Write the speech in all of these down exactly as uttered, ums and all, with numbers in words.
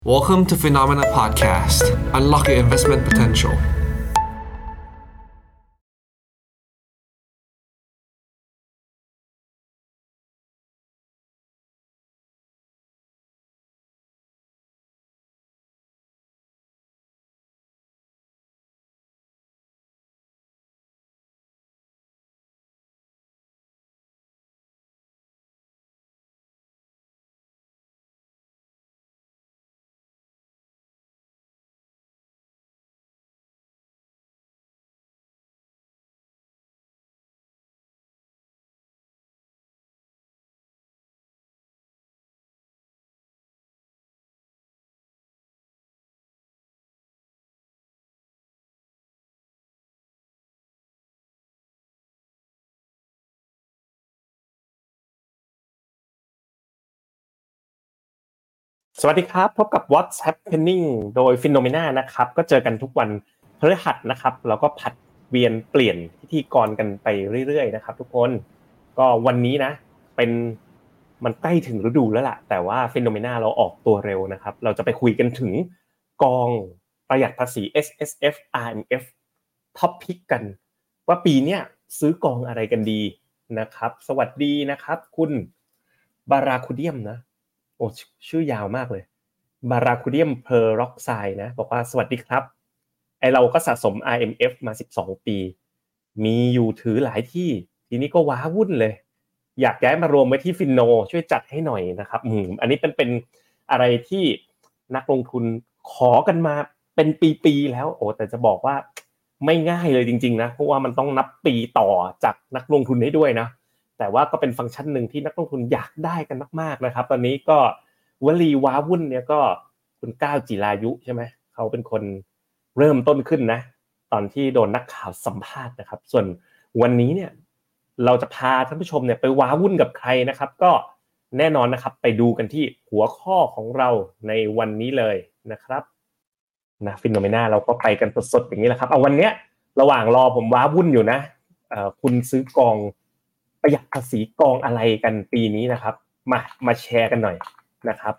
Welcome to Phenomena Podcast. Unlock your investment potential. สวัสดีครับพบกับ What's Happening โดย Phenomena นะครับก็เจอกันทุกวันพฤหัสนะครับแล้วก็ผัดเวียนเปลี่ยนพิธีกรกันไปเรื่อยๆนะครับทุกคนก็วันนี้นะเป็นมันใกล้ถึงฤดูแล้วล่ะแต่ว่า Phenomena เราออกตัวเร็วนะครับเราจะไปคุยกันถึงกองประหยัดภาษี เอส เอส เอฟ อาร์ เอ็ม เอฟ ท็อปพิกกันว่าปีเนี้ยซื้อกองอะไรกันดีนะครับสวัสดีนะครับคุณบาราคูเดียมนะโอ้ชื่อยาวมากเลยบาราคูเดียมเพอร์ร็อกไซด์นะบอกว่าสวัสดีครับไอเราก็สะสม อาร์ เอ็ม เอฟ มาสิบสองปีมีอยู่ถือหลายที่ทีนี้ก็ว้าวุ่นเลยอยากย้ายมารวมไว้ที่ฟินโนช่วยจัดให้หน่อยนะครับอืมอันนี้เป็นเป็นอะไรที่นักลงทุนขอกันมาเป็นปีๆแล้วโอ้แต่จะบอกว่าไม่ง่ายเลยจริงๆนะเพราะว่ามันต้องนับปีต่อจากนักลงทุนให้ด้วยนะแต่ว่าก็เป็นฟังก์ชันนึงที่นักลงทุนอยากได้กันมากๆนะครับตอนนี้ก็วลีว้าวุ่นเนี่ยก็คุณก้าวจิรายุใช่ไหมเขาเป็นคนเริ่มต้นขึ้นนะตอนที่โดนนักข่าวสัมภาษณ์นะครับส่วนวันนี้เนี่ยเราจะพาท่านผู้ชมเนี่ยไปว้าวุ่นกับใครนะครับก็แน่นอนนะครับไปดูกันที่หัวข้อของเราในวันนี้เลยนะครับนะฟิโนเมนาเราก็ไปกันสดๆอย่างนี้แหละครับเอาวันเนี้ยระหว่างรอผมว้าวุ่นอยู่นะเอ่อคุณซื้อกองประหยัดภาษีกองอะไรกันปีนี้นะครับมามาแชร์กันหน่อยนะครับ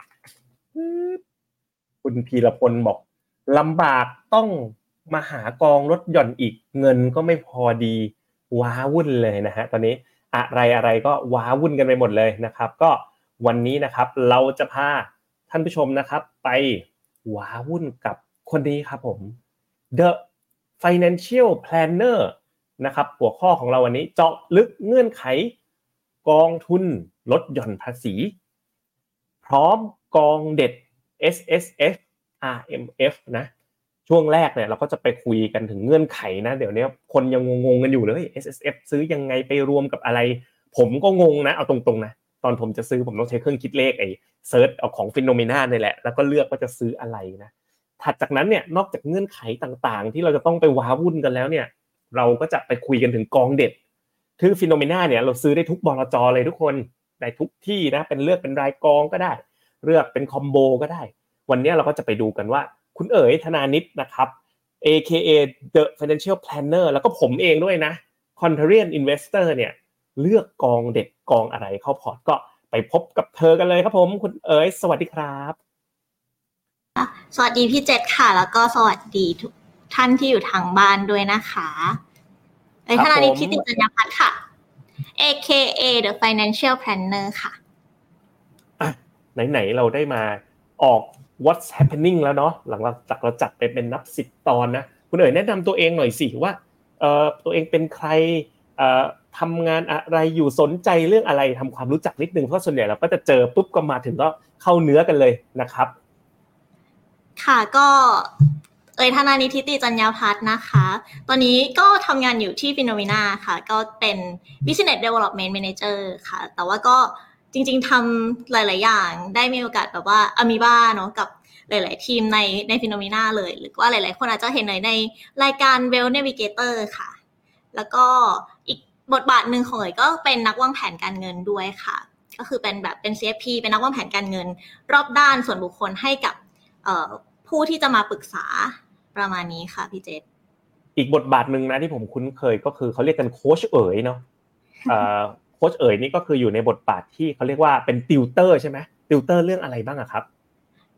คุณพีรพลบอกลำบากต้องมาหากองลดหย่อนอีกเงินก็ไม่พอดีว้าวุ่นเลยนะฮะตอนนี้อะไรอะไรก็ว้าวุ่นกันไปหมดเลยนะครับก็วันนี้นะครับเราจะพาท่านผู้ชมนะครับไปว้าวุ่นกับคนนี้ครับผม The Financial Planner นะครับหัวข้อของเราวันนี้เจาะลึกเงื่อนไขกองทุนลดหย่อนภาษีพร้อมกองเด็ด เอส เอส เอฟ อาร์ เอ็ม เอฟ นะช่วงแรกเนี่ยเราก็จะไปคุยกันถึงเงื่อนไขนะเดี๋ยวนี้คนยังงงๆกันอยู่เลย เอส เอส เอฟ ซื้อยังไงไปรวมกับอะไรผมก็งงนะเอาตรงๆนะตอนผมจะซื้อผมต้องใช้เครื่องคิดเลขไอ้เซิร์ชเอาของ Phenomena นี่แหละแล้วก็เลือกว่าจะซื้ออะไรนะถัดจากนั้นเนี่ยนอกจากเงื่อนไขต่างๆที่เราจะต้องไปว้าวุ่นกันแล้วเนี่ยเราก็จะไปคุยกันถึงกองเด็ดคือ Phenomena เนี่ยเราซื้อได้ทุกบลจ.เลยทุกคนได้ทุกที่นะเป็นเลือกเป็นรายกองก็ได้เลือกเป็นคอมโบก็ได้วันนี้เราก็จะไปดูกันว่าคุณเอ๋ยธนานิตนะครับ เอ เค เอ The Financial Planner แล้วก็ผมเองด้วยนะ Contrarian Investor เนี่ยเลือกกองเด็ดกองอะไรเข้าพอร์ตก็ไปพบกับเธอกันเลยครับผมคุณเอ๋ยสวัสดีครับสวัสดีพี่เจษค่ะแล้วก็สวัสดีทุกท่านที่อยู่ทางบ้านด้วยนะคะเอ๋ยธนานิตทิติจัญญพัฒน์ค่ะ เอ เค เอ The Financial Planner ค่ะอ่ะไหนๆเราได้มาออก What's Happening แล้วเนาะหลังจากเราจัดไปเป็นนับสิบตอนนะคุณเอ๋ยแนะนำตัวเองหน่อยสิว่าเอ่อตัวเองเป็นใครเอ่อทำงานอะไรอยู่สนใจเรื่องอะไรทำความรู้จักนิดนึงเพราะส่วนใหญ่เราก็จะเจอปุ๊บก็มาถึงก็เข้าเนื้อกันเลยนะครับค่ะก็เอ๋ยธนานิตทิติจัญญพัฒน์นะคะตอนนี้ก็ทำงานอยู่ที่ Phenomena ค่ะก็เป็น Business Development Manager ค่ะแต่ว่าก็จริงๆทำหลายๆอย่างได้มีโอกาสแบบว่าอะมีบ้าเนาะกับหลายๆทีมในใน Phenomena เลยหรือว่าหลายๆคนอาจจะเห็นในรายการ Wealth Navigator ค่ะแล้วก็อีกบทบาทนึงของเอ๋ยก็เป็นนักวางแผนการเงินด้วยค่ะก็คือเป็นแบบเป็น ซี เอฟ พี เป็นนักวางแผนการเงินรอบด้านส่วนบุคคลให้กับเอ่อผู้ที่จะมาปรึกษาประมาณนี้ค่ะพี่เจษอีกบทบาทนึงนะที่ผมคุ้นเคยก็คือเขาเรียกกันโค้ชเอ๋ยเนาะเอ่อโค้ชเอ๋ยนี่ก็คืออยู่ในบทบาทที่เขาเรียกว่าเป็นติวเตอร์ใช่ไหมติวเตอร์เรื่องอะไรบ้างอะครับ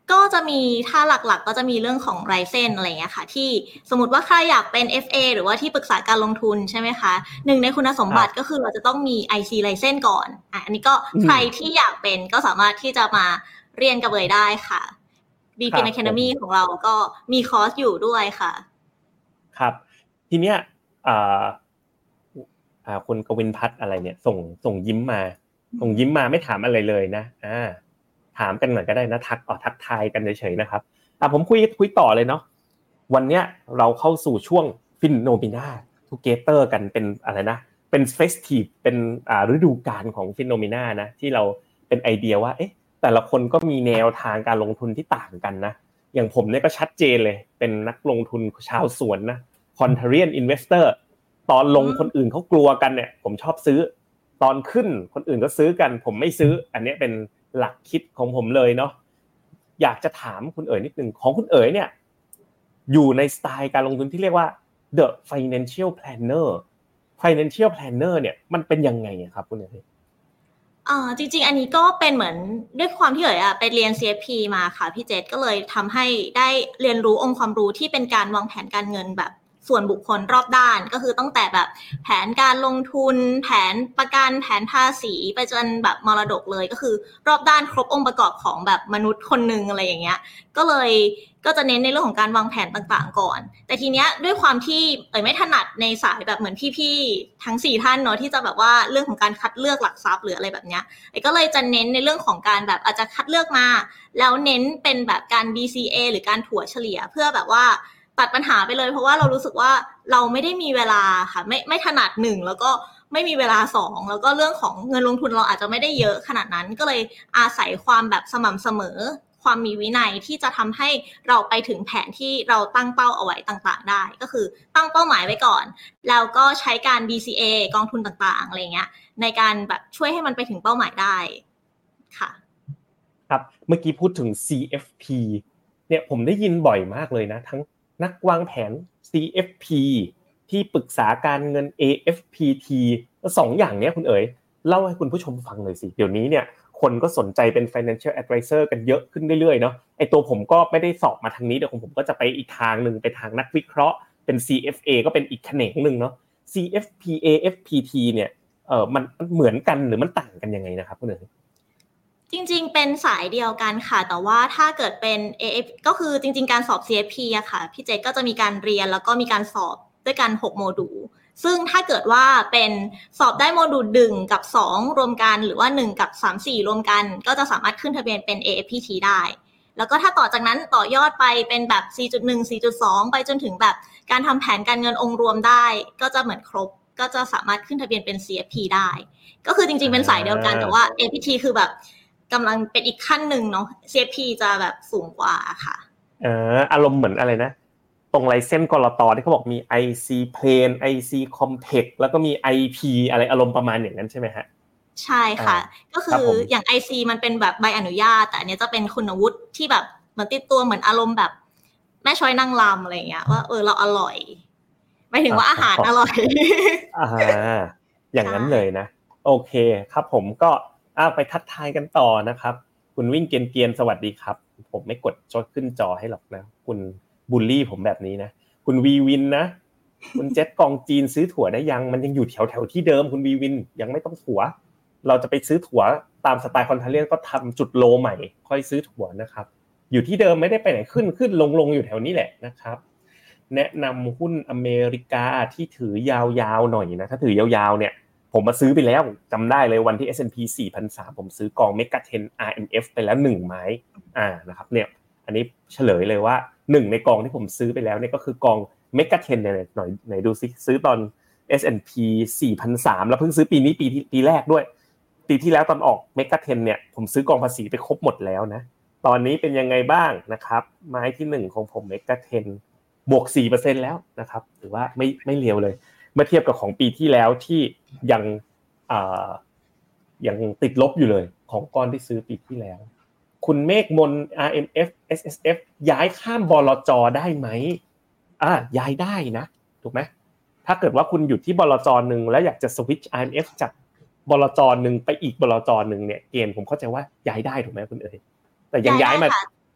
ก็จะมีถ้าหลักๆก็จะมีเรื่องของ Ryzen อะไรเงี้ยค่ะที่สมมติว่าใครอยากเป็น เอฟ เอ หรือว่าที่ปรึกษาการลงทุนใช่ไหมคะหนึ่งในคุณสมบัติก็คือเราจะต้องมี ไอ ซี Ryzen ก่อนอ่ะอันนี้ก็ใครที่อยากเป็นก็สามารถที่จะมาเรียนกับเอ๋ยได้ค่ะ บี-Fin Academy ของเราก็มีคอร์สอยู่ด้วยค่ะครับทีเนี้ยอ่าอ่าคุณกวินพัฒน์อะไรเนี่ยส่งส่งยิ้มมาส่งยิ้มมาไม่ถามอะไรเลยนะอ่าถามกันหน่อยก็ได้นะทักอ๋อทักทายกันเฉยๆนะครับอ่ะผมคุยคุยต่อเลยเนาะวันเนี้ยเราเข้าสู่ช่วง Phenomena Together กันเป็นอะไรนะเป็นเฟสทีฟเป็นอ่าฤดูกาลของ Phenomena นะที่เราเป็นไอเดียว่าเอ๊ะแต่ละคนก็มีแนวทางการลงทุนที่ต่างกันนะอย่างผมเนี่ยก็ชัดเจนเลยเป็นนักลงทุนชาวสวนนะ Contrarian Investor ตอนลงคนอื่นเขากลัวกันเนี่ยผมชอบซื้อตอนขึ้นคนอื่นก็ซื้อกันผมไม่ซื้ออันนี้เป็นหลักคิดของผมเลยเนาะอยากจะถามคุณเอ๋ยนิดนึงของคุณเอ๋ยเนี่ยอยู่ในสไตล์การลงทุนที่เรียกว่า The Financial Planner Financial Planner เนี่ยมันเป็นยังไงครับคุณเอ๋ยอ่าจริงๆอันนี้ก็เป็นเหมือนด้วยความที่เอ๋ยอ่ะไปเรียน ซี เอฟ พี มาค่ะพี่เจษก็เลยทำให้ได้เรียนรู้องค์ความรู้ที่เป็นการวางแผนการเงินแบบส่วนบุคคลรอบด้านก็คือตั้งแต่แบบแผนการลงทุนแผนประกันแผนภาษีไปจนแบบมรดกเลยก็คือรอบด้านครบองค์ประกอบของแบบมนุษย์คนนึงอะไรอย่างเงี้ยก็เลยก็จะเน้นในเรื่องของการวางแผนต่างๆก่อนแต่ทีเนี้ยด้วยความที่เอ๋ยไม่ถนัดในสายแบบเหมือนพี่ๆทั้งสี่ท่านเนาะที่จะแบบว่าเรื่องของการคัดเลือกหลักทรัพย์หรืออะไรแบบเนี้ยเอ๋ยก็เลยจะเน้นในเรื่องของการแบบอาจจะคัดเลือกมาแล้วเน้นเป็นแบบการ ดี ซี เอ หรือการถัวเฉลี่ยเพื่อแบบว่าตัดปัญหาไปเลยเพราะว่าเรารู้สึกว่าเราไม่ได้มีเวลาค่ะไม่ไม่ถนัดหนึ่งแล้วก็ไม่มีเวลาสองแล้วก็เรื่องของเงินลงทุนเราอาจจะไม่ได้เยอะขนาดนั้นก็เลยอาศัยความแบบสม่ำเสมอความมีวินัยที่จะทำให้เราไปถึงแผนที่เราตั้งเป้าเอาไว้ต่างๆได้ก็คือตั้งเป้าหมายไว้ก่อนแล้วก็ใช้การ ดี ซี เอ กองทุนต่างๆอะไรเงี้ยในการแบบช่วยให้มันไปถึงเป้าหมายได้ค่ะครับเมื่อกี้พูดถึง ซี เอฟ พี เนี่ยผมได้ยินบ่อยมากเลยนะทั้งนักวางแผน ซี เอฟ พี ที่ปรึกษาการเงิน เอ เอฟ พี ที แล้วสองอย่างเนี้ยคุณเอ๋ยเล่าให้คุณผู้ชมฟังหน่อยสิเดี๋ยวนี้เนี่ยคนก็สนใจเป็น financial advisor กันเยอะขึ้นเรื่อยๆเนาะไอ้ตัวผมก็ไม่ได้สอบมาทางนี้เดี๋ยวของผมก็จะไปอีกทางนึงไปทางนักวิเคราะห์เป็น ซี เอฟ เอ ก็เป็นอีกแขนงนึงเนาะ ซี เอฟ พี เอ เอฟ พี ที เนี่ยเอ่อมันมันเหมือนกันหรือมันต่างกันยังไงนะครับคุณเอ๋ยจริงๆเป็นสายเดียวกันค่ะแต่ว่าถ้าเกิดเป็น เอ เอฟ ก็คือจริงๆการสอบ ซี เอฟ พี อะค่ะพี่เจก็จะมีการเรียนแล้วก็มีการสอบด้วยกันหกโมดูลซึ่งถ้าเกิดว่าเป็นสอบได้โมดูลหนึ่งกับสองรวมกันหรือว่าหนึ่งกับสาม สี่รวมกันก็จะสามารถขึ้นทะเบียนเป็น เอ เอฟ พี ที ได้แล้วก็ถ้าต่อจากนั้นต่อยอดไปเป็นแบบ สี่จุดหนึ่ง สี่จุดสอง ไปจนถึงแบบการทำแผนการเงินองค์รวมได้ก็จะเหมือนครบก็จะสามารถขึ้นทะเบียนเป็น ซี เอฟ พี ได้ก็คือจริงๆเป็นสายเดียวกันแต่ว่า เอ เอฟ พี ที คือแบบกำลังเป็นอีกขั้นหนึ่งเนาะ ซี เอฟ พี จะแบบสูงกว่าค่ะเอ่ออารมณ์เหมือนอะไรนะตรงไลเซนส์กลตที่เขาบอกมี ไอ ซี Plain ไอ ซี Complex แล้วก็มี ไอ พี อะไรอารมณ์ประมาณอย่างนั้นใช่ไหมฮะใช่ค่ะก็คืออย่าง ไอ ซี มันเป็นแบบใบอนุญาตแต่อันนี้จะเป็นคุณวุฒิที่แบบเหมือนติดตัวเหมือนอารมณ์แบบแม่ช้อยนั่งรำอะไรอย่างเงี้ยว่าเออเราอร่อยหมายถึงว่าอาหารอร่อยอ่าอย่างนั้นเลยนะโอเคครับผมก็เอาไปทักทายกันต่อนะครับคุณวิ่งเกียนๆสวัสดีครับผมไม่กดจอขึ้นจอให้หรอกนะคุณบูลลี่ผมแบบนี้นะคุณวีวินนะคุณเจ็ตกองจีนซื้อถั่วได้ยังมันยังอยู่แถวๆที่เดิมคุณวีวินยังไม่ต้องถั่วเราจะไปซื้อถั่วตามสไตล์คอนเทเลียนก็ทำจุดโลใหม่ค่อยซื้อถั่วนะครับอยู่ที่เดิมไม่ได้ไปไหนขึ้นขึ้นลงลงอยู่แถวนี้แหละนะครับแนะนำหุ้นอเมริกาที่ถือยาวๆหน่อยนะถ้าถือยาวๆเนี่ยผมมาซื้อไปแล้วจำได้เลยวันที่ เอส แอนด์ พี สี่พันสามร้อยผมซื้อกอง Mega สิบ อาร์ เอ็ม เอฟ ไปแล้วหนึ่งไม้อ่านะครับเนี่ยอันนี้เฉลยเลยว่าหนึ่งในกองที่ผมซื้อไปแล้วเนี่ยก็คือกอง Mega สิบเนี่ยหน่อยไหนดูซิซื้อตอน เอส แอนด์ พี สี่พันสามร้อยแล้วเพิ่งซื้อปีนี้ปีปีแรกด้วยปีที่แล้วตอนออก Mega สิบเนี่ยผมซื้อกองภาษีไปครบหมดแล้วนะตอนนี้เป็นยังไงบ้างนะครับไม้ที่หนึ่งของผม Mega สิบบวก สี่เปอร์เซ็นต์ แล้วนะครับถือว่าไม่ไม่เลวเลยเมื่อเทียบกับของปีที่แล้วที่ยังอ่ายังติดลบอยู่เลยของก้อนที่ซื้อปีที่แล้วคุณเมฆมน อาร์ เอ็ม เอฟ เอส เอส เอฟ ย้ายข้ามบลจ.ได้ไหมอ่าย้ายได้นะถูกไหมถ้าเกิดว่าคุณอยู่ที่บลจ.นึงแล้วอยากจะสวิตช์ อาร์ เอ็ม เอฟ จากบลจ.นึงไปอีกบลจ.นึงเนี่ยเกณฑ์ผมเข้าใจว่าย้ายได้ถูกไหมคุณเอ๋ยแต่ยังย้ายมา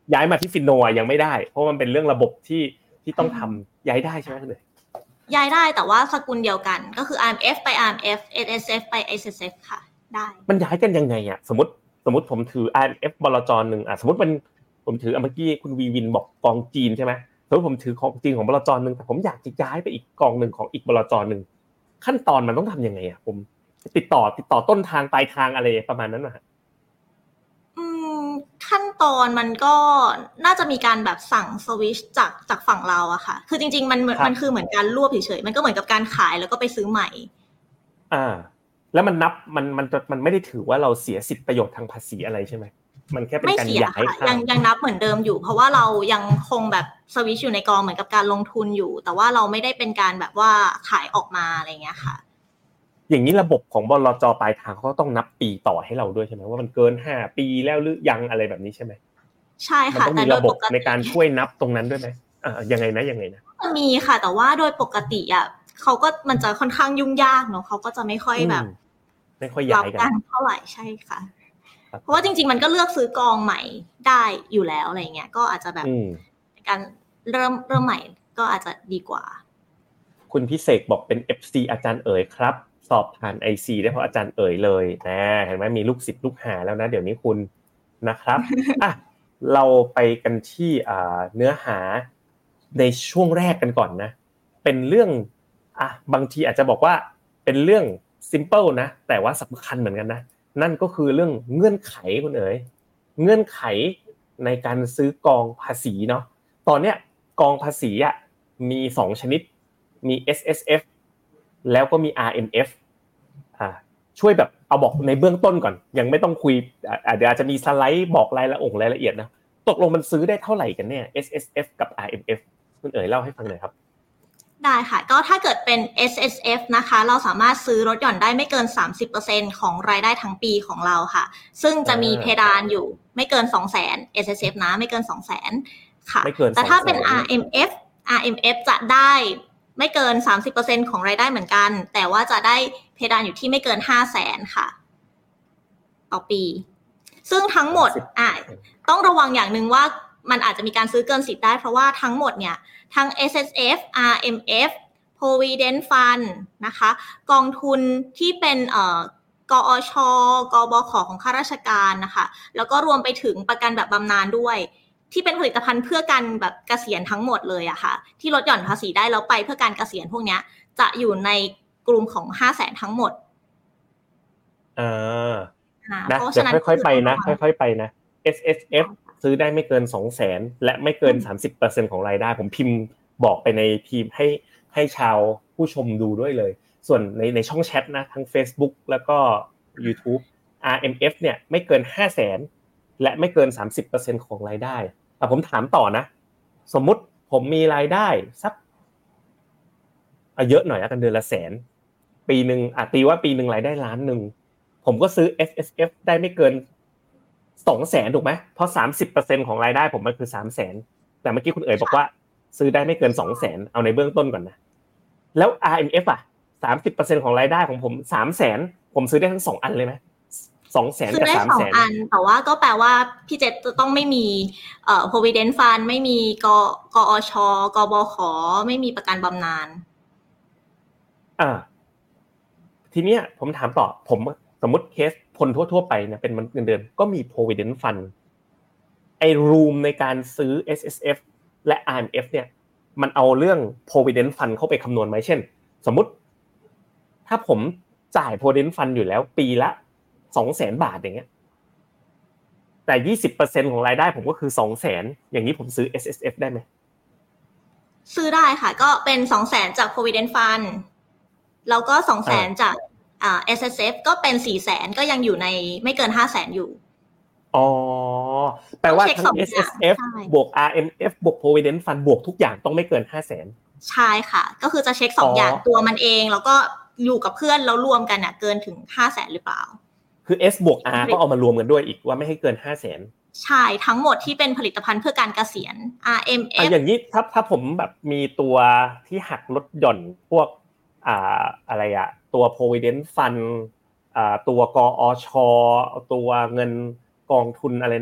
ย้ายมาที่ฟินโนยังไม่ได้เพราะมันเป็นเรื่องระบบที่ที่ต้องทำย้ายได้ใช่ไหมเลยย้ายได้แต่ว่าสกุลเดียวกันก็คือ อาร์ เอ็ม เอฟ ไป อาร์ เอ็ม เอฟ เอส เอส เอฟ ไป เอส เอส เอฟ ค่ะได้มันย้ายกันยังไงอ่ะสมมติสมมติผมถือ อาร์ เอ็ม เอฟ บลจนึงอ่ะสมมติมันผมถือเมื่อกี้คุณวีวินบอกกองจีนใช่ไหมสมมติผมถือของจีนของบลจนึงแต่ผมอยากจะย้ายไปอีกกองนึงของอีกบลจนึงขั้นตอนมันต้องทำยังไงอ่ะผมติดต่อติดต่อต้นทางปลายทางอะไรประมาณนั้นนะฮะอืมขั้นตอนมันก็น่าจะมีการแบบสั่งสวิชจากจากฝั่งเราอะค่ะคือจริงๆมันมันคือเหมือนการรวบเฉยๆมันก็เหมือนกับการขายแล้วก็ไปซื้อใหม่อ่าแล้วมันนับมันมันมันไม่ได้ถือว่าเราเสียสิทธิประโยชน์ทางภาษีอะไรใช่ไหมมันแค่เป็นการย้ายค่ะยังยังนับเหมือนเดิมอยู่เพราะว่าเรายังคงแบบสวิชอยู่ในกองเหมือนกับการลงทุนอยู่แต่ว่าเราไม่ได้เป็นการแบบว่าขายออกมาอะไรเงี้ยค่ะอย่างนี้ระบบของบลจ.ปลายทางเขาต้องนับปีต่อให้เราด้วยใช่ไหมว่ามันเกินห้าปีแล้วหรือยังอะไรแบบนี้ใช่ไหมใช่ค่ะแต่โดยปกติในการช่วยนับตรงนั้นด้วยไหมอ่ายังไงนะยังไงนะมีค่ะแต่ว่าโดยปกติอ่ะเขาก็มันจะค่อนข้างยุ่งยากเนาะเขาก็จะไม่ค่อยแบบไม่ค่อยย้ายกันเท่าไหร่ใช่ค่ะเพราะว่าจริงๆมันก็เลือกซื้อกองใหม่ได้อยู่แล้วอะไรเงี้ยก็อาจจะแบบการเริ่มเริ่มใหม่ก็อาจจะดีกว่าคุณพิเศษบอกเป็น เอฟ ซี อาจารย์เอ๋ยครับสอบผ่าน ไอ ซี ได้เพราะอาจารย์เอ๋ยเลยนะเห็นไหมมีลูกศิษย์ลูกหาแล้วนะเดี๋ยวนี้คุณนะครับอ่ะเราไปกันที่อ่าเนื้อหาในช่วงแรกกันก่อนนะเป็นเรื่องอ่ะบางทีอาจจะบอกว่าเป็นเรื่อง simple นะแต่ว่าสำคัญเหมือนกันนะนั่นก็คือเรื่องเงื่อนไขคุณเอ๋ยเงื่อนไขในการซื้อกองภาษีเนาะตอนเนี้ยกองภาษีอ่ะมีสองชนิดมี เอส เอส เอฟ แล้วก็มี อาร์ เอ็ม เอฟ อ่าช่วยแบบเอาบอกในเบื้องต้นก่อนยังไม่ต้องคุยอ่าเดี๋ยวอาจจะมีสไลด์บอกรายละเอียดรายละเอียดนะตกลงมันซื้อได้เท่าไหร่กันเนี่ย เอส เอส เอฟ กับ อาร์ เอ็ม เอฟ คุณเอ๋ยเล่าให้ฟังหน่อยครับได้ค่ะก็ถ้าเกิดเป็น เอส เอส เอฟ นะคะเราสามารถซื้อลดหย่อนได้ไม่เกิน สามสิบเปอร์เซ็นต์ ของรายได้ทั้งปีของเราค่ะซึ่งจะมีเพดานอยู่ไม่เกิน สองแสน เอส เอส เอฟ นะไม่เกิน สองแสน ค่ะแต่ถ้าเป็น อาร์ เอ็ม เอฟ อาร์ เอ็ม เอฟ จะได้ไม่เกิน สามสิบเปอร์เซ็นต์ ของรายได้เหมือนกันแต่ว่าจะได้เพดานอยู่ที่ไม่เกิน ห้าแสน ค่ะต่อปีซึ่งทั้งหมดอ่ะต้องระวังอย่างนึงว่ามันอาจจะมีการซื้อเกินสิทธิ์ได้เพราะว่าทั้งหมดเนี่ยทั้ง เอส เอส เอฟ อาร์ เอ็ม เอฟ Provident Fund นะคะกองทุนที่เป็นเอ่อกอช.กบข.ของข้าราชการนะคะแล้วก็รวมไปถึงประกันแบบบำนาญด้วยที่เป็นผลิตภัณฑ์เพื่อการแบบเกษียณทั้งหมดเลยอะค่ะที่ลดหย่อนภาษีได้แล้วไปเพื่อการเกษียณพวกนี้จะอยู่ในกลุ่มของ ห้าแสน ทั้งหมดอ่านะเดี๋ยวค่อยๆไปนะค่อยๆไปนะ เอส เอส เอฟ ซื้อได้ไม่เกิน สองแสน และไม่เกิน สามสิบเปอร์เซ็นต์ ของรายได้ผมพิมพ์บอกไปในทีมให้ให้ชาวผู้ชมดูด้วยเลยส่วนในในช่องแชทนะทั้ง Facebook แล้วก็ YouTube อาร์ เอ็ม เอฟ เนี่ยไม่เกิน ห้าแสน และไม่เกิน สามสิบเปอร์เซ็นต์ ของรายได้แต่ผมถามต่อนะสมมุติผมมีรายได้สักเยอะหน่อยแล้วกันเดือนละแสนปีนึงอ่ะตีว่าปีนึงรายได้ล้านนึงผมก็ซื้อ เอส เอส เอฟ ได้ไม่เกิน สองแสน ถูกมั้ยเพราะ สามสิบเปอร์เซ็นต์ ของรายได้ผมมันคือ สามแสน แต่เมื่อกี้คุณเอ๋ยบอกว่าซื้อได้ไม่เกิน สองแสน เอาในเบื้องต้นก่อนนะแล้ว อาร์ เอ็ม เอฟ อ่ะ สามสิบเปอร์เซ็นต์ ของรายได้ของผม สามแสน ผมซื้อได้ทั้งสองอันเลยมั้ยสองแสนกับ สามแสนซื้อได้สองอันแต่ว่าก็แปลว่าพี่เจษจะต้องไม่มีเอ่อ Provident Fund ไม่มีกกอช.กบข.ไม่มีประกันบำนาญอ่าทีเนี้ยผมถามต่อผมสมมุติเคสคนทั่วๆไปเนี่ยเป็นเงินเดือนก็มี Provident Fund ไอ้ room ในการซื้อ เอส เอส เอฟ และ อาร์ เอ็ม เอฟ เนี่ยมันเอาเรื่อง Provident Fund เข้าไปคำนวณมั้ยเช่นสมมุติถ้าผมจ่าย Provident Fund อยู่แล้วปีละ สองแสน บาทอย่างเงี้ยแต่ ยี่สิบเปอร์เซ็นต์ ของรายได้ผมก็คือ สองแสน อย่างนี้ผมซื้อ เอส เอส เอฟ ได้มั้ยซื้อได้ค่ะก็เป็น สองแสน จาก Provident Fund แล้วก็ สองแสน จากอ่า เอส เอส เอฟ ก็เป็น สี่แสน ก็ยังอยู่ในไม่เกิน ห้าแสน อยู่อ๋อแปลว่าทั้ง เอส เอส เอฟ บวก อาร์ เอ็ม เอฟ บวก Provident Fund บวกทุกอย่างต้องไม่เกิน ห้าแสนใช่ค่ะก็คือจะเช็คสองอย่างตัวมันเองแล้วก็อยู่กับเพื่อนแล้วรวมกันน่ะเกินถึง ห้าแสน หรือเปล่าคือ S บวก R ก็เอามารวมกันด้วยอีกว่าไม่ให้เกิน ห้าแสนใช่ทั้งหมดที่เป็นผลิตภัณฑ์เพื่อการเกษียณ อาร์ เอ็ม เอฟอย่างนี้ถ้าถ้าผมแบบมีตัวที่หักลดหย่อนพวกอ่าอะไรอ่ะตัว Provident Fund อ่าตัวกอช.ตัวเงินกองทุนอะไรนะ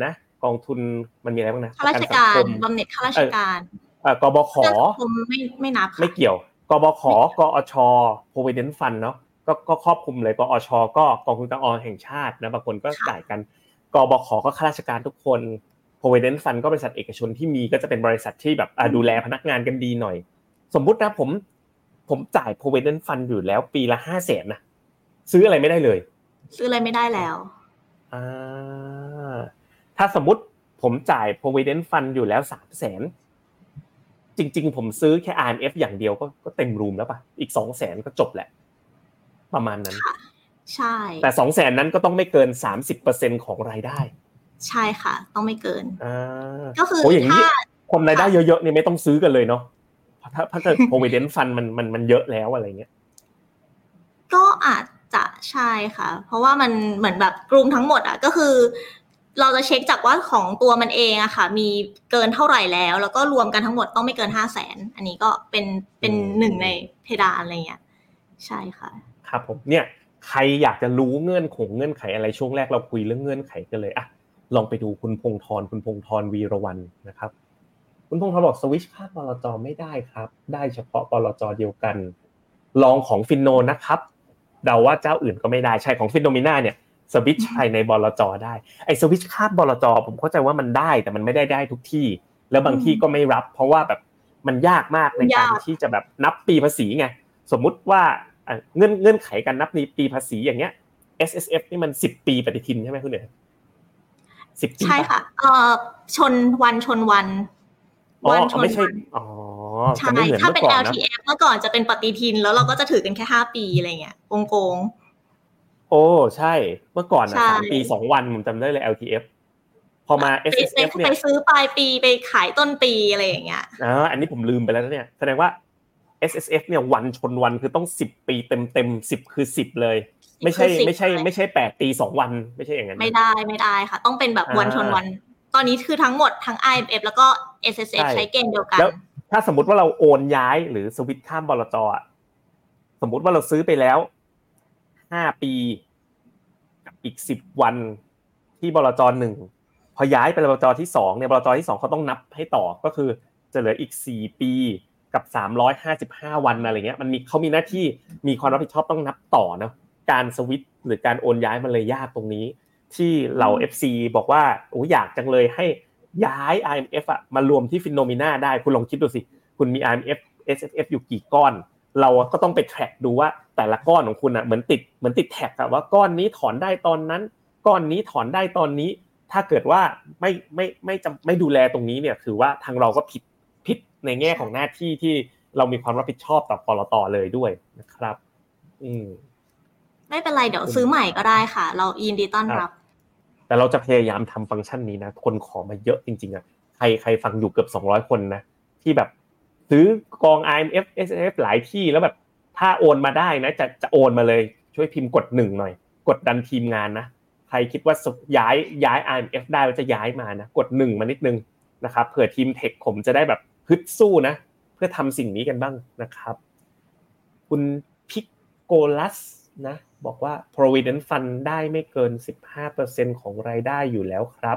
กองทุนมันมีอะไรบ้างนะข้าราชการบำเหน็จข้าราชการเอ่อกบข. ไม่ไม่นับไม่เกี่ยวกบข.กอช. Provident Fund เนาะก็ก็ครอบคลุมเลยกอช.ก็กองทุนกองออมแห่งชาตินะบางคนก็จ่ายกันกบข.ก็ข้าราชการทุกคน Provident Fund ก็บริษัทเอกชนที่มีก็จะเป็นบริษัทที่แบบดูแลพนักงานกันดีหน่อยสมมุตินะผมผมจ่าย Provident Fund อยู่แล้วปีละ ห้าแสน นะซื้ออะไรไม่ได้เลยซื้ออะไรไม่ได้แล้วอ่าถ้าสมมุติผมจ่าย Provident Fund อยู่แล้ว สามแสน จริงๆผมซื้อแค่ อาร์ เอ็ม เอฟ อย่างเดียวก็ก็เต็มรูมแล้วป่ะอีก สองแสน ก็จบแหละประมาณนั้นใช่แต่ สองแสน นั้นก็ต้องไม่เกิน สามสิบเปอร์เซ็นต์ ของรายได้ใช่ค่ะต้องไม่เกินอ่าก็คือถ้าคนรายได้เยอะๆนี่ไม่ต้องซื้อกันเลยเนาะถ้าถ้าเกิด Provident Fund มันมันมันเยอะแล้วอะไรเงี้ยก็อาจจะใช่ค่ะเพราะว่ามันเหมือนแบบกลุ่มทั้งหมดอ่ะก็คือเราจะเช็คจากว่าของตัวมันเองอะค่ะมีเกินเท่าไหร่แล้วแล้วก็รวมกันทั้งหมดต้องไม่เกิน ห้าแสน อันนี้ก็เป็นเป็นหนึ่งในเพดานอะไรเงี้ยใช่ค่ะครับผมเนี่ยใครอยากจะรู้เงื่อนคงเงื่อนไขอะไรช่วงแรกเราคุยเรื่องเงื่อนไขกันเลยอ่ะลองไปดูคุณพงษ์ธรคุณพงษ์ธรวีรวรรณนะครับคุณพงษ์ธรบอกสวิตช์ค่าบลจ.ไม่ได้ครับได้เฉพาะบลจ.เดียวกันลองของฟินโนนะครับเดาว่าเจ้าอื่นก็ไม่ได้ใช่ของฟินโนมิน่าเนี่ยสวิตช์ภายในบลจ.ได้ไอ้สวิตช์ค่าบลจ.ผมเข้าใจว่ามันได้แต่มันไม่ได้ได้ทุกที่แล้วบางที่ก็ไม่รับเพราะว่าแบบมันยากมากในการที่จะแบบนับปีภาษีไงสมมุติว่าเงื่อนเงื่อนไขการนับปีภาษีอย่างเงี้ย เอส เอส เอฟ นี่มันสิบปีปฏิทินใช่มั้ยคุณเอ๋สิบปีใช่ค่ะเอ่อชนวันชนวันวันชนไม่ใช่อ๋อจะไม่เหมือนเมื่อก่อนนะถ้าเป็น แอล ที เอฟ เมื่อก่อนจะเป็นปฏิทินแล้วเราก็จะถือกันแค่ห้าปีอะไรเงี้ยโกงๆโอ้ใช่เมื่อก่อนน่ะสามปีสองวันผมจำได้เลย แอล ที เอฟ พอมา เอส เอส เอฟ เนี่ยไปซื้อปลายปีไปขายต้นปีอะไรอย่างเงี้ยอ๋ออันนี้ผมลืมไปแล้วเนี่ยแสดงว่า เอส เอส เอฟ เนี่ยวันชนวันคือต้องสิบปีเต็มๆสิบคือสิบเลยไม่ใช่ไม่ใช่ไม่ใช่แปดปีสองวันไม่ใช่อย่างนั้นไม่ได้ไม่ได้ค่ะต้องเป็นแบบวันชนวันตอนนี้คือทั้งหมดทั้ง ไอ เอ็ม เอฟ แล้วก็ เอส เอส เอฟ ใช้เกณฑ์เดียวกันแล้วถ้าสมมุติว่าเราโอนย้ายหรือสวิตช์ข้ามบลจ.อ่ะสมมุติว่าเราซื้อไปแล้วห้าปีกับอีกสิบวันที่บลจ.หนึ่งพอย้ายไปบลจ.ที่สองเนี่ยบลจ.ที่สองเขาต้องนับให้ต่อก็คือจะเหลืออีกสี่ปีกับสามร้อยห้าสิบห้าวันอะไรเงี้ยมันมีเขามีหน้าที่มีความรับผิดชอบต้องนับต่อเนาะการสวิตช์หรือการโอนย้ายมันเลยยากตรงนี้ที่เหล่า เอฟ ซี บอกว่าโอ้อยากจังเลยให้ย้าย ไอ เอ็ม เอฟ อ่ะมารวมที่ Phenomena ได้คุณลองคิดดูสิคุณมี ไอ เอ็ม เอฟ เอส เอฟ เอฟ อยู่กี่ก้อนเราก็ต้องไปแทร็กดูว่าแต่ละก้อนของคุณน่ะเหมือนติดเหมือนติดแท็กอ่ะว่าก้อนนี้ถอนได้ตอนนั้นก้อนนี้ถอนได้ตอนนี้ถ้าเกิดว่าไม่ไม่ไม่จำไม่ดูแลตรงนี้เนี่ยถือว่าทางเราก็ผิดผิดในแง่ของหน้าที่ที่เรามีความรับผิดชอบต่อปลต.เลยด้วยนะครับอืมไม่เป็นไรเดี๋ยวซื้อใหม่ก็ได้ค่ะเรายินดีต้อนรับแต่เราจะพยายามทำฟังก์ชันนี้นะคนขอมาเยอะจริงๆอ่ะใครใครฟังอยู่เกือบสองร้อยคนนะที่แบบซื้อกอง ไอ เอ็ม เอฟ เอส เอฟ หลายที่แล้วแบบถ้าโอนมาได้นะจะจะโอนมาเลยช่วยพิมพ์กดหนึ่งหน่อยกดดันทีมงานนะใครคิดว่าย้ายย้าย ไอ เอ็ม เอฟ ได้แล้วจะย้ายมานะกดหนึ่งมานิดนึงนะครับเผื่อทีมเทคผมจะได้แบบฮึดสู้นะเพื่อทำสิ่งนี้กันบ้างนะครับคุณพิกโกลัสนะบอกว่า Provident Fund ได้ไม่เกิน สิบห้าเปอร์เซ็นต์ ของรายได้อยู่แล้วครับ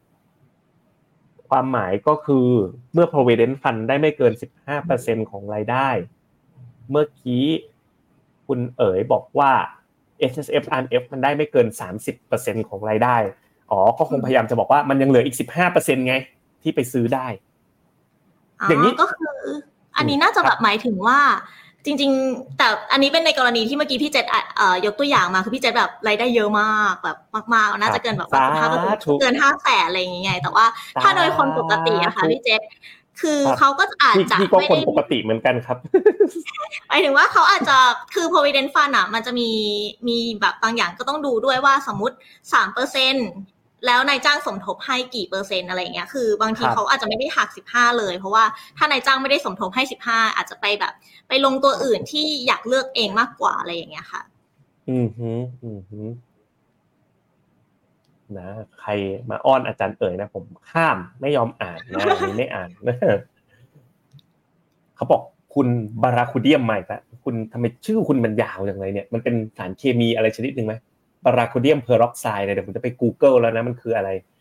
ความหมายก็คือเมื่อ Provident Fund ได้ไม่เกิน สิบห้าเปอร์เซ็นต์ ของรายได้เมื่อกี้คุณเอ๋ยบอกว่า เอส เอส เอฟ อาร์ เอ็ม เอฟ มันได้ไม่เกิน สามสิบเปอร์เซ็นต์ ของรายได้อ๋อก็คงพยายามจะบอกว่ามันยังเหลืออีก สิบห้าเปอร์เซ็นต์ ไงที่ไปซื้อได้อย่างนี้ก็คืออันนี้น่าจะแบบหมายถึงว่าจริงๆแต่อันนี้เป็นในกรณีที่เมื่อกี้พี่เจษเอ่อยกตัวอย่างมาคือพี่เจษแบบรายได้เยอะมากแบบมากๆน่าจะเกินแบบว่าสิบห้าเปอร์เซ็นต์เกิน ห้าแสน อะไรอย่างเงี้ยแต่ว่าถ้าโดยคนปกติอะค่ะพี่เจษคือเขาก็อาจจะไม่ได้คนปกติเหมือนกันครับหมายถึงว่าเขาอาจจะคือ Provident Fund อ่ะมันจะมีมีแบบบางอย่างก็ต้องดูด้วยว่าสมมุติ สามเปอร์เซ็นต์ แล้วนายจ้างสมทบให้กี่เปอร์เซ็นต์อะไรอย่างเงี้ยคือบางทีเขาอาจจะไม่ได้หักสิบห้าเลยเพราะว่าถ้านายจ้างไม่ได้สมทบให้สิบห้าอาจจะไปแบบไปลงตัวอื่นที่อยากเลือกเองมากกว่าอะไรอย่างเงี้ยค่ะอือฮึอือฮึนะใครมาอ้อนอาจารย์เอ๋ยนะผมข้ามไม่ยอมอ่านนะอันนี้ไม่อ่านนะเขาบอกคุณบาราคูเดียมใหม่ปะคุณทำไมชื่อคุณมันยาวจังเลยเนี่ยมันเป็นสารเคมีอะไรชนิดนึงมั้ยบาราคูเดียมเพอร์ออกไซด์เนี่ยเดี๋ยวผมจะไป Google แล้วนะมันคืออะไร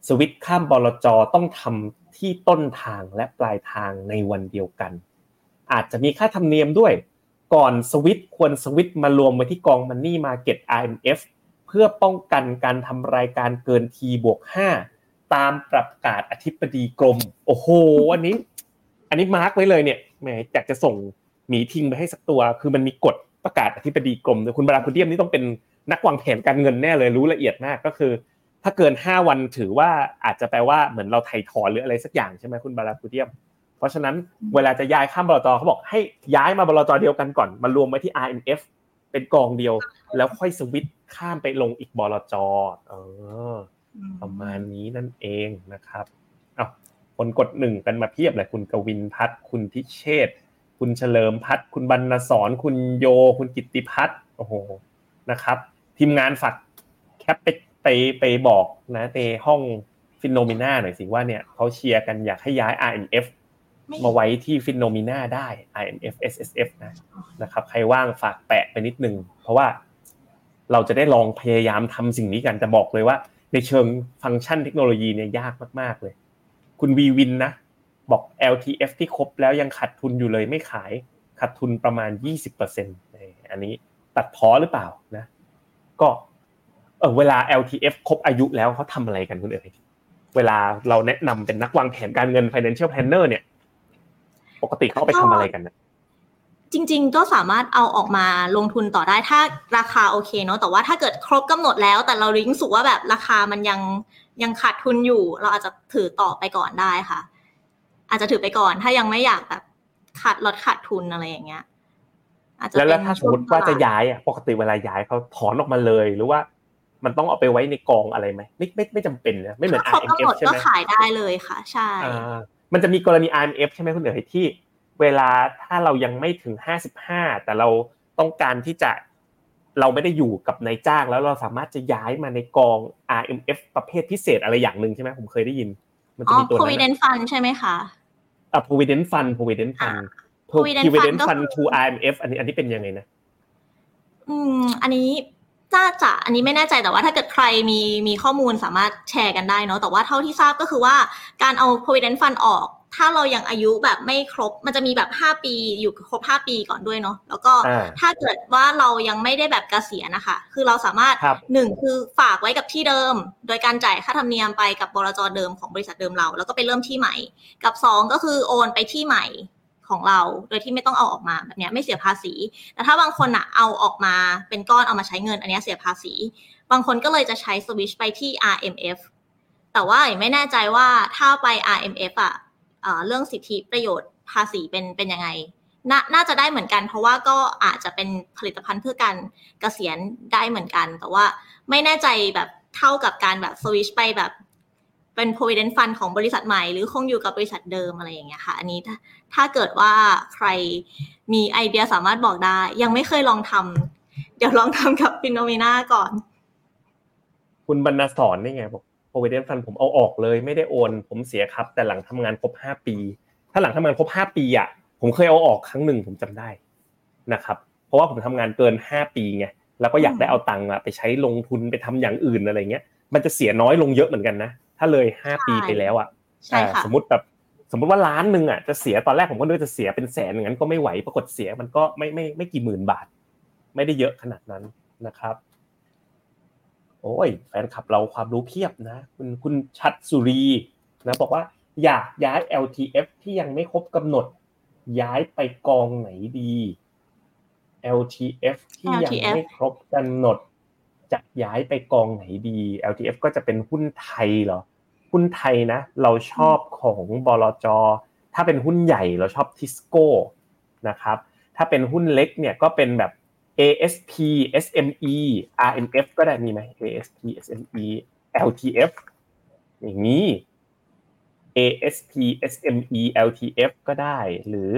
สวิตช์ข้ามบลจ.ต้องทำที่ต้นทางและปลายทางในวันเดียวกันอาจจะมีค่าธรรมเนียมด้วยก่อนสวิตช์ควรสวิตช์มารวมไว้ที่กอง Money Market อาร์ เอ็ม เอฟ เพื่อป้องกันการทำรายการเกิน T บวกห้าตามประกาศอธิบดีกรมโอ้โหอันนี้อันนี้มาร์คไว้เลยเนี่ยแหมอยากจะส่งหมีทิ้งไปให้สักตัวคือมันมีกฎประกาศอธิบดีกรมด้วยคุณบาราคูเดียมนี่ต้องเป็นนักวางแผนการเงินแน่เลยรู้ละเอียดมากก็คือถ้าเกินห้าวันถือว่าอาจจะแปลว่าเหมือนเราไถ่ถอนหรืออะไรสักอย่างใช่ไหมคุณบาราคูเดียมเพราะฉะนั้นเวลาจะย้ายข้ามบลจ.เขาบอกให้ย้ายมาบลจ.เดียวกันก่อนมารวมไว้ที่ อาร์ เอ็ม เอฟ เป็นกองเดียวแล้วค่อยสวิตช์ข้ามไปลงอีกบลจ.เออประมาณนี้นั่นเองนะครับอ้าวคนกดหนึ่งกันมาเพียบเลยคุณกวินพัฒน์คุณทิเชษฐ์คุณเฉลิมพัฒน์คุณบรรณสรคุณโยคุณกิตติพัฒน์โอ้โหนะครับทีมงานฝากแคปไปไปไปบอกนะในห้องฟิโนมิน่าหน่อยสิว่าเนี่ยเขาเชียร์กันอยากให้ย้าย อาร์ เอ็ม เอฟ มาไว้ที่ฟิโนมิน่าได้ อาร์ เอ็ม เอฟ เอส เอส เอฟ นะนะครับใครว่างฝากแปะไปนิดนึงเพราะว่าเราจะได้ลองพยายามทำสิ่งนี้กันจะบอกเลยว่าในเชิงฟังก์ชันเทคโนโลยีเนี่ยยากมากๆเลยคุณวีวินนะบอก แอล ที เอฟ ที่ครบแล้วยังขาดทุนอยู่เลยไม่ขายขาดทุนประมาณ ยี่สิบเปอร์เซ็นต์ อันนี้ตัดพ้อหรือเปล่านะก็เออเวลา แอล ที เอฟ ครบอายุแล้วเขาทำอะไรกันคุณเอ๋ยเวลาเราแนะนำเป็นนักวางแผนการเงิน financial planner เนี่ยปกติเขาเอาไปทำอะไรกันนะจริงๆก็สามารถเอาออกมาลงทุนต่อได้ถ้าราคาโอเคเนาะแต่ว่าถ้าเกิดครบกำหนดแล้วแต่เรารู้สึกว่าแบบราคามันยังยังขาดทุนอยู่เราอาจจะถือต่อไปก่อนได้ค่ะอาจจะถือไปก่อนถ้ายังไม่อยากแบบขาดลดขาดทุนอะไรอย่างเงี้ยอาจจะแล้วถ้าสมมติว่าจะย้ายอ่ะปกติเวลาย้ายเขาถอนออกมาเลยหรือว่ามันต้องเอาไปไว้ในกองอะไรไหมไม่ไม่ไม่จำเป็นนะไม่เหมือน อาร์ เอ็ม เอฟ ใช่ไหมก็ขายได้เลยค่ะใช่อ่ามันจะมีกรณี อาร์ เอ็ม เอฟ ใช่ไหมคุณเอ๋ยที่เวลาถ้าเรายังไม่ถึงห้าสิบห้าแต่เราต้องการที่จะเราไม่ได้อยู่กับนายจ้างแล้วเราสามารถจะย้ายมาในกอง อาร์ เอ็ม เอฟ ประเภทพิเศษอะไรอย่างนึงใช่ไหมผมเคยได้ยินมันจะมีตัวนั้น Provident Fund ใช่ไหมคะอ่ะ Provident Fund Provident Fund Provident Fund to อาร์ เอ็ม เอฟ อันนี้อันนี้เป็นยังไงนะอืมอันนี้น่าจะอันนี้ไม่แน่ใจแต่ว่าถ้าเกิดใครมีมีข้อมูลสามารถแชร์กันได้เนาะแต่ว่าเท่าที่ทราบก็คือว่าการเอา Provident Fund ออกถ้าเรายังอายุแบบไม่ครบมันจะมีแบบห้าปีอยู่ครบห้าปีก่อนด้วยเนาะแล้วก็ถ้าเกิดว่าเรายังไม่ได้แบบเกษียณนะคะคือเราสามารถหนึ่งคือฝากไว้กับที่เดิมโดยการจ่ายค่าธรรมเนียมไปกับบลจ.เดิมของบริษัทเดิมเราแล้วก็ไปเริ่มที่ใหม่กับสองก็คือโอนไปที่ใหม่ของเราโดยที่ไม่ต้องเอาออกมาแบบนี้ไม่เสียภาษีแต่ถ้าบางคนอ่ะเอาออกมาเป็นก้อนเอามาใช้เงินอันนี้เสียภาษีบางคนก็เลยจะใช้สวิชไปที่ อาร์ เอ็ม เอฟ แต่ว่าไม่แน่ใจว่าถ้าไป อาร์ เอ็ม เอฟ อ่ะเอ่อเรื่องสิทธิประโยชน์ภาษีเป็นเป็นยังไงน่าน่าจะได้เหมือนกันเพราะว่าก็อาจจะเป็นผลิตภัณฑ์เพื่อการเกษียณได้เหมือนกันแต่ว่าไม่แน่ใจแบบเท่ากับการแบบสวิชไปแบบเป็น provident fund ของบริษัทใหม่หรือคงอยู่กับบริษัทเดิมอะไรอย่างเงี้ยค่ะอันนี้ถ้าถ้าเกิดว่าใครมีไอเดียสามารถบอกได้ยังไม่เคยลองทำเดี๋ยวลองทำกับ Phenomena ก่อนคุณบรรณสรนี่ไงบอก provident fund ผมเอาออกเลยไม่ได้โอนผมเสียครับแต่หลังทำงานครบห้าปีถ้าหลังทำงานครบห้าปีอ่ะผมเคยเอาออกครั้งหนึ่งผมจำได้นะครับเพราะว่าผมทำงานเกินห้าปีไงแล้วก็อยากได้เอาตังค์ไปใช้ลงทุนไปทำอย่างอื่นอะไรเงี้ยมันจะเสียน้อยลงเยอะเหมือนกันนะถ้าเลยห้าปีไปแล้วอ่ะสมมุติแบบสมมุติว่าล้านนึงอ่ะจะเสียตอนแรกผมก็นึกว่าจะเสียเป็นแสนอย่างนั้นก็ไม่ไหวปรากฏเสียมันก็ไม่ไม่ไม่กี่หมื่นบาทไม่ได้เยอะขนาดนั้นนะครับโอ้ยแฟนคลับเราความรู้เพียบนะคุณคุณชัดสุรีนะบอกว่าอยากย้าย แอล ที เอฟ ที่ยังไม่ครบกำหนดย้ายไปกองไหนดี แอล ที เอฟ ที่ยังไม่ครบกำหนดจะย้ายไปกองไหนดี แอล ที เอฟ ก็จะเป็นหุ้นไทยเหรอหุ้นไทยนะเราชอบของบลจ.ถ้าเป็นหุ้นใหญ่เราชอบทิสโก้นะครับถ้าเป็นหุ้นเล็กเนี่ยก็เป็นแบบ เอ เอส พี เอส เอ็ม อี อาร์ เอ็ม เอฟ ก็ได้มีไหม เอ เอส พี เอส เอ็ม อี แอล ที เอฟ อย่างนี้ เอ เอส พี เอส เอ็ม อี แอล ที เอฟ ก็ได้หรือ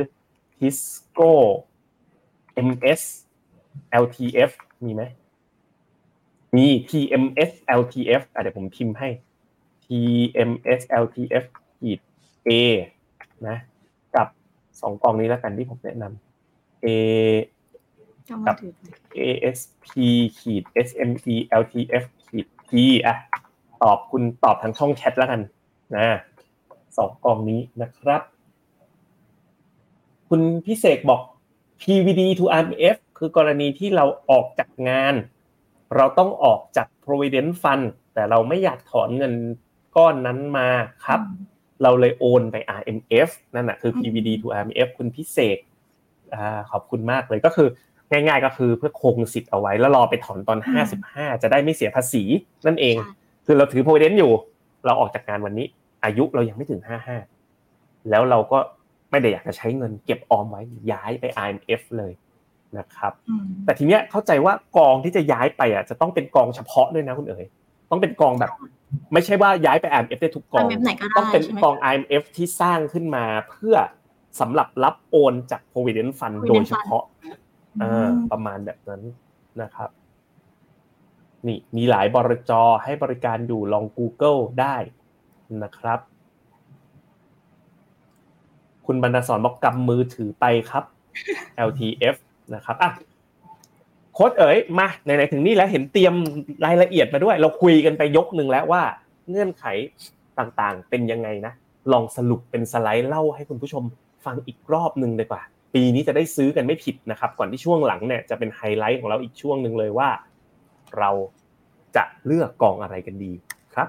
Tisco เอ็ม เอส แอล ที เอฟ มีไหมมี ที เอ็ม เอส แอล ที เอฟ อ่ะเดี๋ยวผมพิมพ์ให้ ที เอ็ม เอส แอล ที เอฟ A นะกับสองกองนี้แล้วกันที่ผมแนะนำ A กับ เอ เอส พี เอส เอ็ม อี แอล ที เอฟ T อ่ะตตอบคุณตอบทางช่องแชทแล้วกันนะสองกองนี้นะครับคุณพิเศษบอก พี วี ดี to อาร์ เอ็ม เอฟ คือกรณีที่เราออกจากงานเราต้องออกจาก provident fund แต่เราไม่อยากถอนเงินก้อนนั้นมาครับเราเลยโอนไป อาร์ เอ็ม เอฟ นั่นน่ะคือ พี วี ดี to อาร์ เอ็ม เอฟ คุณพิเศษอ่าขอบคุณมากเลยก็คือง่ายๆก็คือเพื่อคงสิทธิ์เอาไว้แล้วรอไปถอนตอนห้าสิบห้าจะได้ไม่เสียภาษีนั่นเองคือเราถือ provident อยู่เราออกจากงานวันนี้อายุเรายังไม่ถึงห้าสิบห้าแล้วเราก็ไม่ได้อยากจะใช้เงินเก็บออมไว้ย้ายไป อาร์ เอ็ม เอฟ เลยนะครับแต่ทีเนี้ยเข้าใจว่ากองที่จะย้ายไปอ่ะจะต้องเป็นกองเฉพาะด้วยนะคุณเอ๋ยต้องเป็นกองแบบไม่ใช่ว่าย้ายไป อาร์ เอ็ม เอฟ ได้ทุกกองต้องเป็นกอง อาร์ เอ็ม เอฟ ที่สร้างขึ้นมาเพื่อสำหรับรับโอนจาก provident fund โดยเฉพาะอ่าประมาณแบบนั้นนะครับนี่มีหลายบลจ.ให้บริการอยู่ลอง Google ได้นะครับคุณบรรณสอนบอกกำมือถือไปครับ แอล ที เอฟ นะครับอ่ะโค้ชเอ๋ยมาไหนๆถึงนี่แล้วเห็นเตรียมรายละเอียดมาด้วยเราคุยกันไปยกนึงแล้วว่าเงื่อนไขต่างๆเป็นยังไงนะลองสรุปเป็นสไลด์เล่าให้คุณผู้ชมฟังอีกรอบนึงดีกว่าปีนี้จะได้ซื้อกันไม่ผิดนะครับก่อนที่ช่วงหลังเนี่ยจะเป็นไฮไลท์ของเราอีกช่วงนึงเลยว่าเราจะเลือกกองอะไรกันดีครับ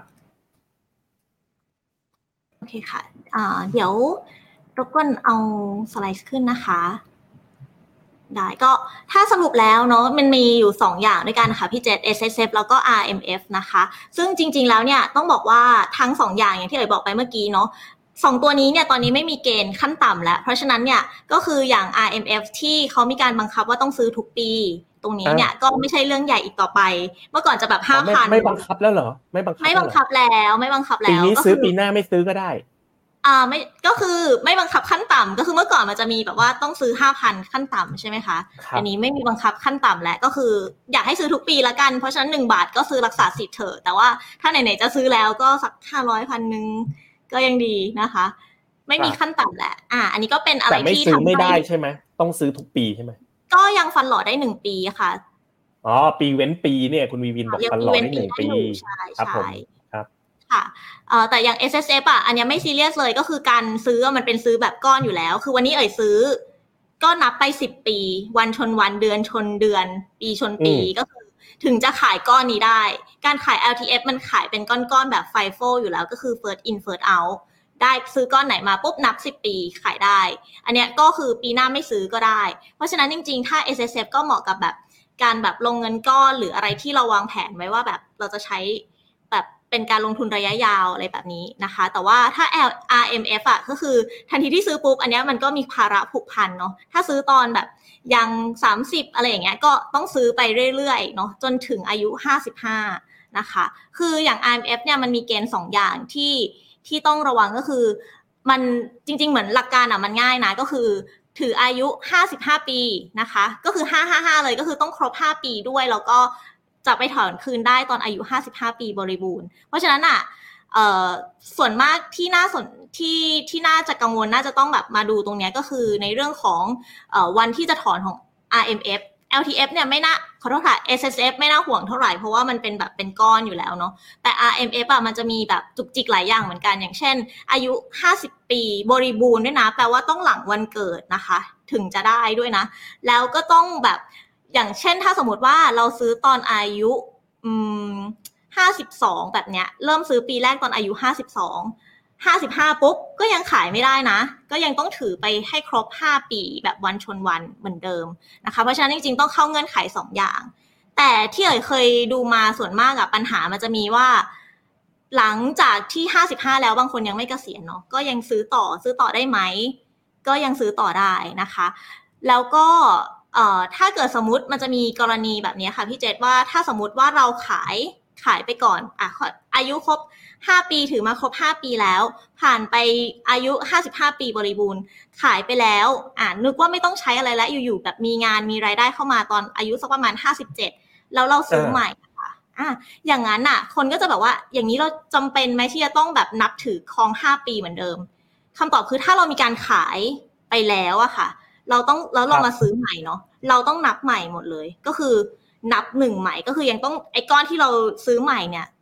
โอเคค่ะอ่าเดี๋ยวรบกวนเอาสไลด์ขึ้นนะคะได้ก็ถ้าสรุปแล้วเนาะมันมีอยู่สองอย่างด้วยกันค่ะพี่เจษ เอส เอส เอฟ แล้วก็ อาร์ เอ็ม เอฟ นะคะซึ่งจริงๆแล้วเนี่ยต้องบอกว่าทั้งสองอย่างอย่างที่เอ๋ยบอกไปเมื่อกี้เนาะสองตัวนี้เนี่ยตอนนี้ไม่มีเกณฑ์ขั้นต่ำแล้วเพราะฉะนั้นเนี่ยก็คืออย่าง อาร์ เอ็ม เอฟ ที่เขามีการบังคับว่าต้องซื้อทุกปีตรงนี้เนี่ยก็ไม่ใช่เรื่องใหญ่อีกต่อไปเมื่อก่อนจะแบบ ห้าพันไม่บังคับแล้วเหรอไม่บังคับไม่บังคับแล้วไม่บังคับแล้วปีนี้ซื้อปีหน้าไม่ซื้อก็ได้อ่าไม่ก็คือไม่บังคับขั้นต่ำก็คือเมื่อก่อนมันจะมีแบบว่าต้องซื้อ ห้าพัน ขั้นต่ำใช่ไหมคะอันนี้ไม่มีบังคับขั้นต่ำแล้วก็คืออยากให้ซื้อทุกปีละกันเพราะฉะนั้นหนึ่งบาทก็ซื้อรักษาสิทธิ์เถอะแต่ว่าถ้าไหนๆจะซื้อแล้วก็สักห้าร้อย พันนึงก็ยังดีนะคะไม่มีขั้นต่ำแหละอ่าอันนี้ก็เป็นอะไรที่ทำไม่ได้ใช่ไหมต้องซื้อทุกปีใช่ไหมก็ยังฟันหล่อได้หนึ่งปีค่ะอ๋อปีเว้นปีเนี่ยคุณวีวินบอกฟันหล่อได้หนึ่งปีครับผมครับค่ะเอ่อแต่อย่าง เอส เอส เอฟ อ่ะอันนี้ไม่ซีเรียสเลยก็คือการซื้อมันเป็นซื้อแบบก้อนอยู่แล้วคือวันนี้เอ่ยซื้อก็นับไปสิบปีวันชนวันเดือนชนเดือนปีชนปีก็คือถึงจะขายก้อนนี้ได้การขาย แอล ที เอฟ มันขายเป็นก้อนๆแบบ ไฟโฟ อยู่แล้วก็คือ first in first out ได้ซื้อก้อนไหนมาปุ๊บนับสิบปีขายได้อันเนี้ยก็คือปีหน้าไม่ซื้อก็ได้เพราะฉะนั้นจริงๆถ้า เอส เอส เอฟ ก็เหมาะกับแบบการแบบลงเงินก้อนหรืออะไรที่เราวางแผนไว้ว่าแบบเราจะใช้แบบเป็นการลงทุนระยะยาวอะไรแบบนี้นะคะแต่ว่าถ้า อาร์ เอ็ม เอฟ อ่ะก็คือทันทีที่ซื้อปุ๊บอันนี้มันก็มีภาระผูกพันเนาะถ้าซื้อตอนแบบยังสามสิบอะไรอย่างเงี้ยก็ต้องซื้อไปเรื่อยๆเนาะจนถึงอายุห้าสิบห้านะคะคืออย่าง อาร์ เอ็ม เอฟ เนี่ยมันมีเกณฑ์สองอย่างที่ที่ต้องระวังก็คือมันจริงๆเหมือนหลักการอ่ะมันง่ายนะก็คือถืออายุห้าสิบห้าปีนะคะก็คือห้าห้าห้าเลยก็คือต้องครบห้าปีด้วยแล้วก็จะไปถอนคืนได้ตอนอายุห้าสิบห้าปีบริบูรณ์เพราะฉะนั้นอ่ะเอ่อส่วนมากที่น่าสนที่ที่น่าจะกังวลน่าจะต้องแบบมาดูตรงนี้ก็คือในเรื่องของเอ่อวันที่จะถอนของ อาร์ เอ็ม เอฟ แอล ที เอฟ เนี่ยไม่น่าขอโทษค่ะ เอส เอส เอฟ ไม่น่าห่วงเท่าไหร่เพราะว่ามันเป็นแบบเป็นก้อนอยู่แล้วเนาะแต่ อาร์ เอ็ม เอฟ อ่ะมันจะมีแบบจุกจิกหลายอย่างเหมือนกันอย่างเช่นอายุห้าสิบปีบริบูรณ์ด้วยนะแปลว่าต้องหลังวันเกิดนะคะถึงจะได้ด้วยนะแล้วก็ต้องแบบอย่างเช่นถ้าสมมติว่าเราซื้อตอนอายุอืมห้าสิบสองแบบเนี้ยเริ่มซื้อปีแรกตอนอายุห้าสิบสองห้าสิบห้าปุ๊บก็ยังขายไม่ได้นะก็ยังต้องถือไปให้ครบห้าปีแบบวันชนวันเหมือนเดิมนะคะเพราะฉะนั้นจริงๆต้องเข้าเงื่อนไขสองอย่างแต่ที่เอ๋ยเคยดูมาส่วนมากอะปัญหามันจะมีว่าหลังจากที่ห้าสิบห้าแล้วบางคนยังไม่เกษียณเนาะก็ยังซื้อต่อซื้อต่อได้ไหมก็ยังซื้อต่อได้นะคะแล้วก็เอ่อถ้าเกิดสมมุติมันจะมีกรณีแบบนี้ค่ะพี่เจษว่าถ้าสมมุติว่าเราขายขายไปก่อนอ่ะอายุครบห้าปีถือมาครบห้าปีแล้วผ่านไปอายุห้าสิบห้าปีบริบูรณ์ขายไปแล้วอ่ะนึกว่าไม่ต้องใช้อะไรแล้วอยู่ๆแบบมีงานมีรายได้เข้ามาตอนอายุสักประมาณห้าสิบเจ็ดแล้วเราซื้อใหม่ค่ะอ่ะอย่างนั้นน่ะคนก็จะแบบว่าอย่างนี้เราจำเป็นไหมที่จะต้องแบบนับถือครองห้าปีเหมือนเดิมคำตอบคือถ้าเรามีการขายไปแล้วอะค่ะเราต้องแล้วเรามาซื้อใหม่เนาะเราต้องนับใหม่หมดเลยก็คือนับหนึ่งใหม่ก็คือยังต้องไอ้ก้อนที่เราซื้อใหม่เนี่ย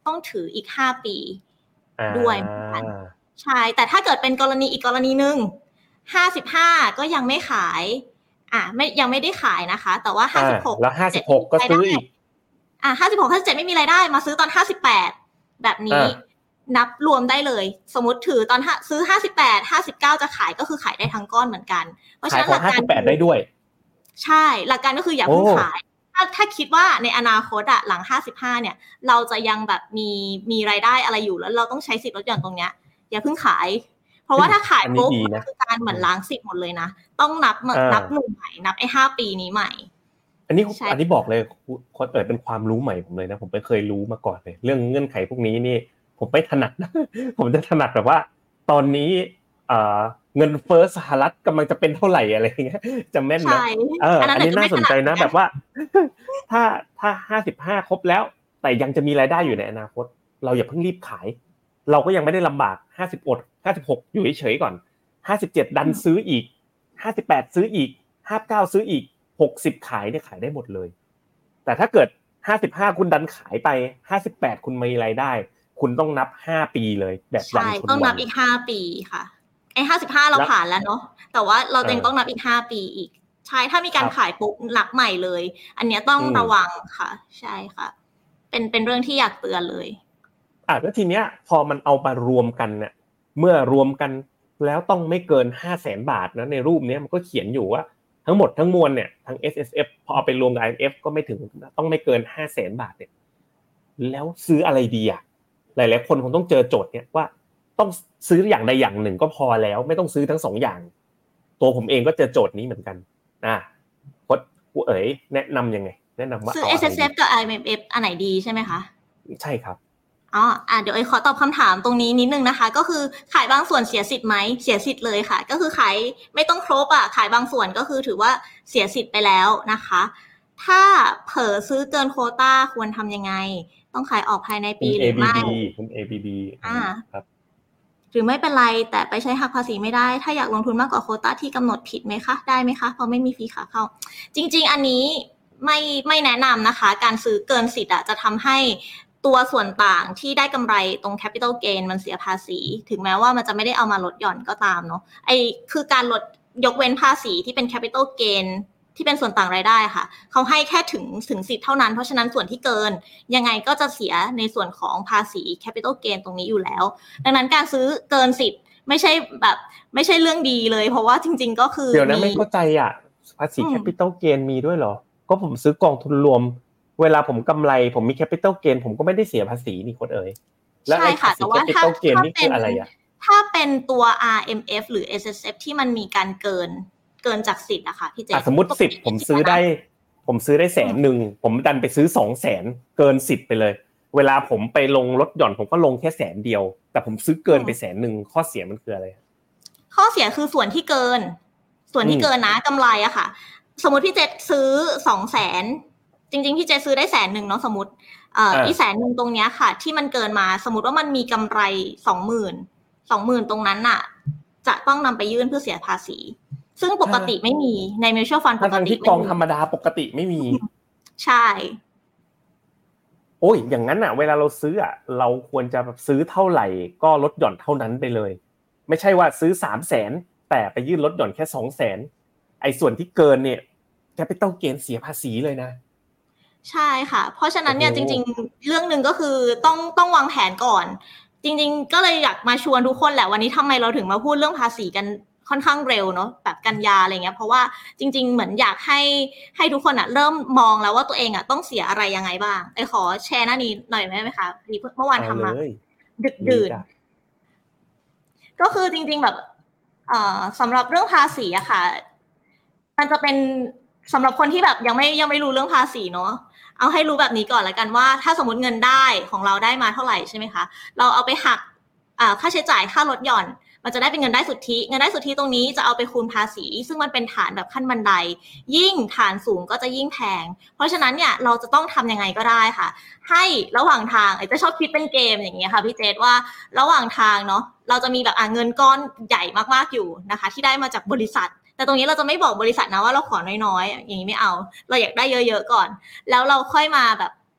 ต้องถืออีกห้าปีด้วยเหมือนกันใช่แต่ถ้าเกิดเป็นกรณีอีกกรณีนึงห้าสิบห้าก็ยังไม่ขายอ่ะไม่ยังไม่ได้ขายนะคะแต่ว่าห้าสิบหกแล้วห้าสิบหกก็ซื้ออีกอ่ะห้าสิบหก ห้าสิบเจ็ดไม่มีรายได้มาซื้อตอนห้าสิบแปดแบบนี้นับรวมได้เลยสมมุติถือตอนซื้อห้าสิบแปด ห้าสิบเก้าจะขายก็คือขายได้ทั้งก้อนเหมือนกันเพราะฉะนั้นหลักการห้าสิบแปดได้ด้วยใช่หลักการก็คืออย่าเพิ่งขายถ้าถ้าคิดว่าในอนาคตอ่ะหลังห้าสิบห้าเนี่ยเราจะยังแบบมีมีรายได้อะไรอยู่แล้วเราต้องใช้สิทธิ์ลดหย่อนตรงเนี้ยอย่าเพิ่งขายเพราะว่าถ้าขายปุ๊บมันคือการเหมือนล้างสิทธิ์หมดเลยนะต้องนับนับหนึ่งใหม่นับไอ้ห้าปีนี้ใหม่อันนี้อันนี้บอกเลยคนเอิดเป็นความรู้ใหม่ผมเลยนะผมไม่เคยรู้มาก่อนเลยเรื่องเงื่อนไขพวกนี้นี่ผมไม่ถนัดนะผมจะถนัดแบบว่าตอนนี้เอ่อเงินเฟ้อสหรัฐกำลังจะเป็นเท่าไหร่อะไรอย่างเงี้ยจะแม่นนะเอออันนี้น่าสนใจนะแบบว่าถ้าถ้าห้าสิบห้าครบแล้วแต่ยังจะมีรายได้อยู่ในอนาคตเราอย่าเพิ่งรีบขายเราก็ยังไม่ได้ลำบากห้าสิบอดห้าสิบหกอยู่เฉยๆก่อนห้าสิบเจ็ดดันซื้ออีกห้าสิบแปดซื้ออีกห้าสิบเก้าซื้ออีกหกสิบขายเนี่ยขายได้หมดเลยแต่ถ้าเกิดห้าสิบห้าคุณดันขายไปห้าสิบแปดคุณมีรายได้คุณต้องนับห้าปีเลยแบบวันชนวันต้องนับอีกห้าปีค่ะไอ้ห้าสิบห้าเราผ่านแล้วเนาะแต่ว่าเรายังต้องนับอีกห้าปีอีกใช่ถ้ามีการขายปุ๊บนับใหม่เลยอันนี้ต้องระวังค่ะใช่ค่ะเป็นเป็นเรื่องที่อยากเตือนเลยอ่ะแล้วทีเนี้ยพอมันเอามารวมกันเนี่ยเมื่อรวมกันแล้วต้องไม่เกิน ห้าแสน บาทนะในรูปนี้มันก็เขียนอยู่ว่าทั้งหมดทั้งมวลเนี่ยทั้ง เอส เอส เอฟ พอเอาไปรวมกับ ไอ เอ็ม เอฟ ก็ไม่ถึงต้องไม่เกิน ห้าแสน บาทเนี่ยแล้วซื้ออะไรดีอ่ะหลายๆคนคงต้องเจอโจทย์เนี่ยว่าต้องซื้ออย่างใดอย่างหนึ่งก็พอแล้วไม่ต้องซื้อทั้งสองอย่างตัวผมเองก็เจอโจทย์นี้เหมือนกันอ่ะโค้ชกูเอ๋ยแนะนำยังไงแนะนำว่าซื้อ เอส เอส เอฟ กับ ไอ เอ็ม เอฟ อันไหนดีใช่ไหมคะใช่ครับอ๋ออ่ะเดี๋ยวเอ๋ยขอตอบคำถามตรงนี้นิดนึงนะคะก็คือขายบางส่วนเสียสิทธิ์ไหมเสียสิทธิ์เลยค่ะก็คือขายไม่ต้องครบอ่ะขายบางส่วนก็คือถือว่าเสียสิทธิ์ไปแล้วนะคะถ้าเผลอซื้อเกินโควต้าควรทำยังไงต้องขายออกภายในปีหรือไม่คุณ เอ บี บีอ่าครับหรือไม่เป็นไรแต่ไปใช้หักภาษีไม่ได้ถ้าอยากลงทุนมากกว่าโควต้าที่กำหนดผิดไหมคะได้ไหมคะเพราะไม่มีฟรีขาเข้าจริงๆอันนี้ไม่ไม่แนะนำนะคะการซื้อเกินสิทธิ์อ่ะจะทำให้ตัวส่วนต่างที่ได้กำไรตรง capital gain มันเสียภาษีถึงแม้ว่ามันจะไม่ได้เอามาลดหย่อนก็ตามเนาะไอ้คือการลดยกเว้นภาษีที่เป็น capital gain ที่เป็นส่วนต่างรายได้ค่ะเขาให้แค่ถึงถึงสิทธิ์เท่านั้นเพราะฉะนั้นส่วนที่เกินยังไงก็จะเสียในส่วนของภาษี capital gain ตรงนี้อยู่แล้วดังนั้นการซื้อเกินสิทธิ์ไม่ใช่แบบไม่ใช่เรื่องดีเลยเพราะว่าจริงๆก็คือเดี๋ยวนะไม่เข้าใจอ่ะภาษี capital gain มีด้วยเหรอก็ผมซื้อกองทุนรวมเวลาผมกำไรผมมี capital gain ผมก็ไม่ได้เสียภาษีนี่โค้ชเอ๋ยแล้วไอ้ภาษี capital gain นี่คืออะไรอ่ะถ้าเป็นตัว อาร์ เอ็ม เอฟ หรือ เอส เอส เอฟ ที่มันมีการเกินเกินจากสิทธิ์อะค่ะพี่เจสมมุติสิบผมซื้อได้ผมซื้อได้แสนนึงผมดันไปซื้อ สองแสน เกินสิทธิ์ไปเลยเวลาผมไปลงลดหย่อนผมก็ลงแค่แสนเดียวแต่ผมซื้อเกินไปแสนนึงข้อเสียมันคืออะไรข้อเสียคือส่วนที่เกินส่วนที่เกินนะกำไรอะค่ะสมมุติพี่เจซื้อ สองแสนจริงๆพี่เจซื้อได้แสนนึงเนาะสมมุติเอ่ออีแสนนึงตรงเนี้ยค่ะที่มันเกินมาสมมุติว่ามันมีกำไร สองหมื่น สองหมื่นตรงนั้นน่ะจะต้องนำไปยื่นเพื่อเสียภาษีซึ่งปกติไม่มีใน mutual fund ปกติที่กองธรรมดาปกติไม่มีใช่โอ้ยอย่างนั้นน่ะเวลาเราซื้ออ่ะเราควรจะแบบซื้อเท่าไหร่ก็ลดหย่อนเท่านั้นไปเลยไม่ใช่ว่าซื้อ สามแสน แต่ไปยื่นลดหย่อนแค่ สองแสน ไอ้ส่วนที่เกินเนี่ย capital gain เสียภาษีเลยนะใช่ค่ะเพราะฉะนั้นเนี่ยจริงๆเรื่องนึงก็คือต้องต้องวางแผนก่อนจริงๆก็เลยอยากมาชวนทุกคนแหละวันนี้ทำไมเราถึงมาพูดเรื่องภาษีกันค่อนข้างเร็วเนาะแบบกันยาอะไรเงี้ยเพราะว่าจริงๆเหมือนอยากให้ให้ทุกคนอ่ะเริ่มมองแล้วว่าตัวเองอ่ะต้องเสียอะไรยังไงบ้างไอ้ขอแชร์หน้านี้หน่อยได้ไหมคะเมื่อวานทำมาดึกดื่นก็คือจริงๆแบบเอ่อสำหรับเรื่องภาษีอะค่ะมันจะเป็นสำหรับคนที่แบบยังไม่ยังไม่รู้เรื่องภาษีเนาะเอาให้รู้แบบนี้ก่อนละกันว่าถ้าสมมติเงินได้ของเราได้มาเท่าไหร่ใช่ไหมคะเราเอาไปหักอ่าค่าใช้จ่ายค่าลดหย่อนมันจะได้เป็นเงินได้สุทธิเงินได้สุทธิตรงนี้จะเอาไปคูณภาษีซึ่งมันเป็นฐานแบบขั้นบันไดยิ่งฐานสูงก็จะยิ่งแพงเพราะฉะนั้นเนี่ยเราจะต้องทำยังไงก็ได้ค่ะให้ระหว่างทางไอ้จะชอบคิดเป็นเกมอย่างเงี้ยค่ะพี่เจษว่าระหว่างทางเนาะเราจะมีแบบอ่ะเงินก้อนใหญ่มากๆอยู่นะคะที่ได้มาจากบริษัทแต่ตรงนี้เราจะไม่บอกบริษัทนะว่าเราขอน้อยๆอย่างนี้ไม่เอาเราอยากได้เยอะๆก่อนแล้วเราค่อยมาแบบ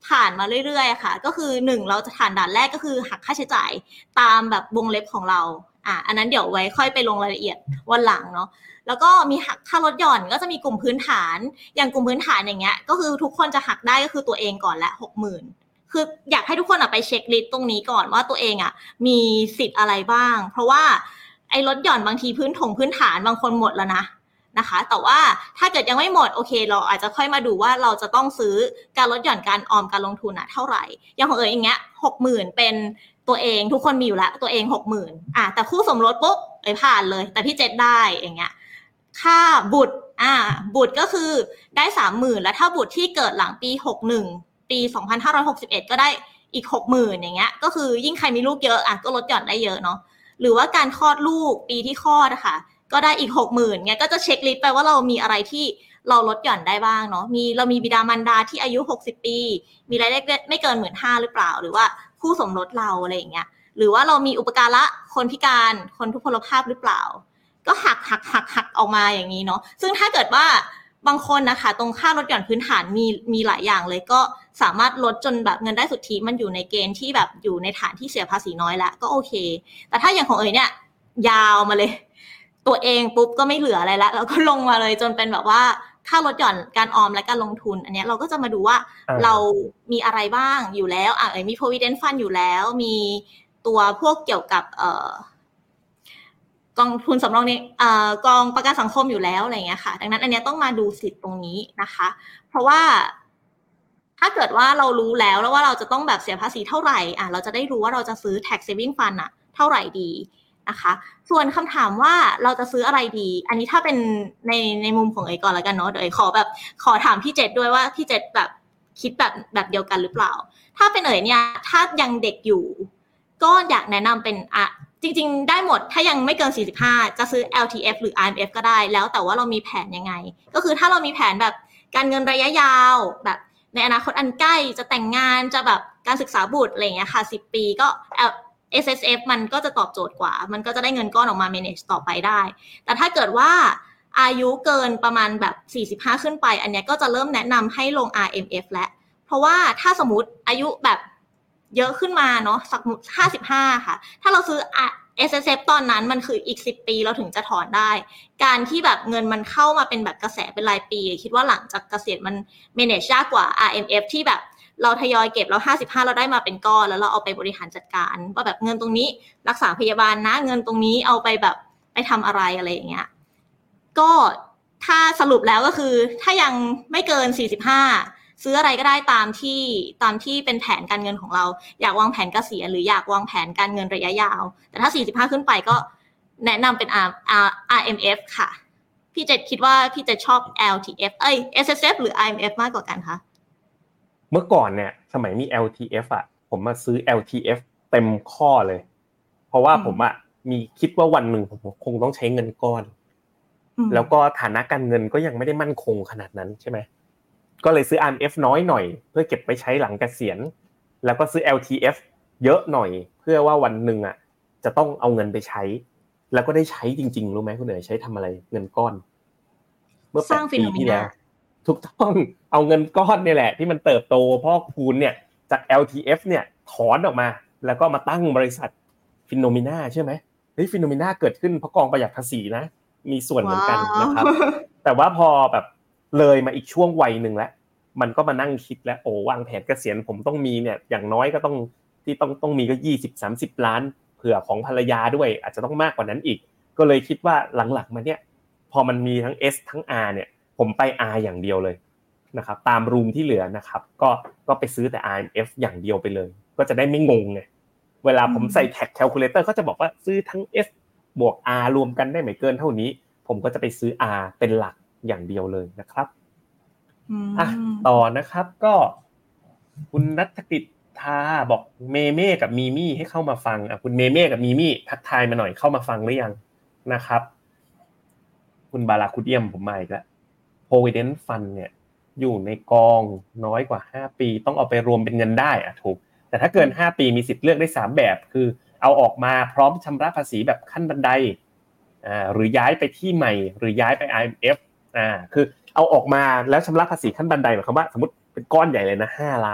ผ่านมาเรื่อยๆค่ะก็คือหนึ่งเราจะผ่านด่านแรกก็คือหักค่าใช้จ่ายตามแบบวงเล็บของเราอ่ะอันนั้นเดี๋ยวไว้ค่อยไปลงรายละเอียดวันหลังเนาะแล้วก็มีหักค่าลดหย่อนก็จะมีกลุ่มพื้นฐานอย่างกลุ่มพื้นฐานอย่างเงี้ยก็คือทุกคนจะหักได้ก็คือตัวเองก่อนละ หกหมื่น คืออยากให้ทุกคนอ่ะไปเช็คลิสต์ตรงนี้ก่อนว่าตัวเองอ่ะมีสิทธิ์อะไรบ้างเพราะว่าไอ้ลดหย่อนบางทีพื้นถงพื้นฐานบางคนหมดแล้วนะนะคะแต่ว่าถ้าเกิดยังไม่หมดโอเคเราอาจจะค่อยมาดูว่าเราจะต้องซื้อการลดหย่อนการออมการลงทุนอ่ะเท่าไหร่อย่างของเอ๋ยอย่างเงี้ย หกหมื่น เป็นตัวเองทุกคนมีอยู่แล้วตัวเอง หกหมื่น อ่ะแต่คู่สมรสปุ๊บเอ๋ยผ่านเลยแต่พี่เจษได้อย่างเงี้ยค่าบุตรอ่าบุตรก็คือได้ สามหมื่น แล้วถ้าบุตรที่เกิดหลังปีหกสิบเอ็ดปีสองพันห้าร้อยหกสิบเอ็ดก็ได้อีก หกหมื่น อย่างเงี้ยก็คือยิ่งใครมีลูกเยอะอ่ะก็ลดหย่อนได้เยอะเนาะหรือว่าการคลอดลูกปีที่คลอดอะค่ะก็ได้อีก หกหมื่น เงี้ยก็จะเช็คลิสต์ไปว่าเรามีอะไรที่เราลดหย่อนได้บ้างเนาะมีเรามีบิดามารดาที่อายุหกสิบปีมีรายได้ไม่เกิน หนึ่งหมื่นห้าพัน หรือเปล่าหรือว่าคู่สมรสเราอะไรอย่างเงี้ยหรือว่าเรามีอุปการะคนพิการคนทุพพลภาพหรือเปล่าก็หักหักหักหักออกมาอย่างนี้เนาะซึ่งถ้าเกิดว่าบางคนนะคะตรงค่าลดหย่อนพื้นฐานมีมีหลายอย่างเลยก็สามารถลดจนแบบเงินได้สุทธิมันอยู่ในเกณฑ์ที่แบบอยู่ในฐานที่เสียภาษีน้อยแล้วก็โอเคแต่ถ้าอย่างของเอ๋ยเนี่ยยาวมาเลยตัวเองปุ๊บก็ไม่เหลืออะไรแล้วแล้วก็ลงมาเลยจนเป็นแบบว่าค่าลดหย่อนการออมและการลงทุนอันนี้เราก็จะมาดูว่าเรามีอะไรบ้างอยู่แล้วอ่ะเอ๋ยมี provident fund อยู่แล้วมีตัวพวกเกี่ยวกับเอ่อกองทุนสำรองในเอ่อกองประกันสังคมอยู่แล้วอะไรอย่างเงี้ยค่ะดังนั้นอันนี้ต้องมาดูสิทธิ์ตรงนี้นะคะเพราะว่าถ้าเกิดว่าเรารู้แล้วแล้วว่าเราจะต้องแบบเสียภาษีเท่าไหร่อ่ะเราจะได้รู้ว่าเราจะซื้อ tax saving fund อ่ะเท่าไหร่ดีนะคะส่วนคำถามว่าเราจะซื้ออะไรดีอันนี้ถ้าเป็นในในมุมของเอ๋ยก่อนแล้วกันเนาะเดี๋ยวเอ๋ยขอแบบขอถามพี่เจษด้วยว่าพี่เจษแบบคิดแบบแบบเดียวกันหรือเปล่าถ้าเป็นเอ๋ยเนี่ยถ้ายังเด็กอยู่ก็อยากแนะนำเป็นอ่ะจริงๆได้หมดถ้ายังไม่เกินสี่สิบห้าจะซื้อ แอล ที เอฟ หรือ อาร์ เอ็ม เอฟ ก็ได้แล้วแต่ว่าเรามีแผนยังไงก็คือถ้าเรามีแผนแบบการเงินระยะยาวแบบในอนาคตอันใกล้จะแต่งงานจะแบบการศึกษาบุตรอะไรอย่างเงี้ยค่ะสิบปีก็ เอส เอส เอฟ มันก็จะตอบโจทย์กว่ามันก็จะได้เงินก้อนออกมา manage ต่อไปได้แต่ถ้าเกิดว่าอายุเกินประมาณแบบสี่สิบห้าขึ้นไปอันเนี้ยก็จะเริ่มแนะนำให้ลง อาร์ เอ็ม เอฟ แล้วเพราะว่าถ้าสมมุติอายุแบบเยอะขึ้นมาเนาะสักห้าสิบห้าค่ะถ้าเราซื้อ เอส เอส เอฟ ตอนนั้นมันคืออีกสิบปีเราถึงจะถอนได้การที่แบบเงินมันเข้ามาเป็นแบบกระแสเป็นรายปีคิดว่าหลังจากเกษียณมัน manage ยากกว่า อาร์ เอ็ม เอฟ ที่แบบเราทยอยเก็บเราห้าสิบห้าเราได้มาเป็นก้อนแล้วเราเอาไปบริหารจัดการว่าแบบเงินตรงนี้รักษาพยาบาลนะเงินตรงนี้เอาไปแบบไปทำอะไรอะไรอย่างเงี้ยก็ถ้าสรุปแล้วก็คือถ้ายังไม่เกินสี่สิบห้าซื้ออะไรก็ได้ตามที่ตามที่เป็นแผนการเงินของเราอยากวางแผนเกษียณหรืออยากวางแผนการเงินระยะยาวแต่ถ้าสี่สิบห้าขึ้นไปก็แนะนำเป็น อาร์ เอ็ม เอฟ ค่ะพี่เจษคิดว่าพี่เจษชอบ แอล ที เอฟ เอ้ย เอส เอส เอฟ หรือ อาร์ เอ็ม เอฟ มากกว่ากันคะเมื่อก่อนเนี่ยสมัยมี แอล ที เอฟ อ่ะผมมาซื้อ แอล ที เอฟ เต็มข้อเลยเพราะว่าผมอ่ะมีคิดว่าวันนึงผมคงต้องใช้เงินก้อนแล้วก็ฐานะการเงินก็ยังไม่ได้มั่นคงขนาดนั้นใช่มั้ยก็เลยซื้อ อาร์ เอ็ม เอฟ น้อยหน่อยเพื่อเก็บไปใช้หลังเกษียณแล้วก็ซื้อ แอล ที เอฟ เยอะหน่อยเพื่อว่าวันนึงอ่ะจะต้องเอาเงินไปใช้แล้วก็ได้ใช้จริงๆรู้มั้ยคุณเอ๋ยใช้ทำอะไรเงินก้อนเมื่อแปดปีที่แล้วถูกต้องเอาเงินก้อนนี่แหละที่มันเติบโตพอกพูนเนี่ยจาก แอล ที เอฟ เนี่ยถอนออกมาแล้วก็มาตั้งบริษัท Phenomena ใช่มั้ยเฮ้ย Phenomena เกิดขึ้นเพราะกองประหยัดภาษีนะมีส่วนเหมือนกันนะครับแต่ว่าพอแบบเลยมาอีกช่วงวัยนึงแล้วมันก็มานั่งคิดแล้วโอ้วางแผนเกษียณผมต้องมีเนี่ยอย่างน้อยก็ต้องที่ต้องต้องมีก็ยี่สิบ สามสิบล้านเผื่อของภรรยาด้วยอาจจะต้องมากกว่านั้นอีกก็เลยคิดว่าหลังๆมาเนี่ยพอมันมีทั้ง S ทั้ง R เนี่ยผมไป R อย่างเดียวเลยนะครับตามรูมที่เหลือนะครับก็ก็ไปซื้อแต่ อาร์ เอ็ม เอฟ อย่างเดียวไปเลยก็จะได้ไม่งงไงเวลาผมใส่ tax calculator ก็จะบอกว่าซื้อทั้ง S บวก R รวมกันได้ไม่เกินเท่านี้ผมก็จะไปซื้อ R เป็นหลักอย่างเดียวเลยนะครับอ่ะต่อนะครับก็คุณณัฐกฤษทาบอกเมเม่กับมีมี่ให้เข้ามาฟังอ่ะคุณเมเม่กับมีมี่ทักทายมาหน่อยเข้ามาฟังหรือยังนะครับคุณบาราคุเดียมผมมาอีกแล้ว Provident Fund เนี่ยอยู่ในกองน้อยกว่าห้าปีต้องเอาไปรวมเป็นเงินได้อ่ะถูกแต่ถ้าเกินห้าปีมีสิทธิ์เลือกได้สามแบบคือเอาออกมาพร้อมชำระภาษีแบบขั้นบันไดอ่าหรือย้ายไปที่ใหม่หรือย้ายไป อาร์ เอ็ม เอฟ อ่าคือเอาออกมาแล้วชำระภาษีขั้นบันไดหมายความว่าสมมุติเป็นก้อนใหญ่เลยนะห้าล้าน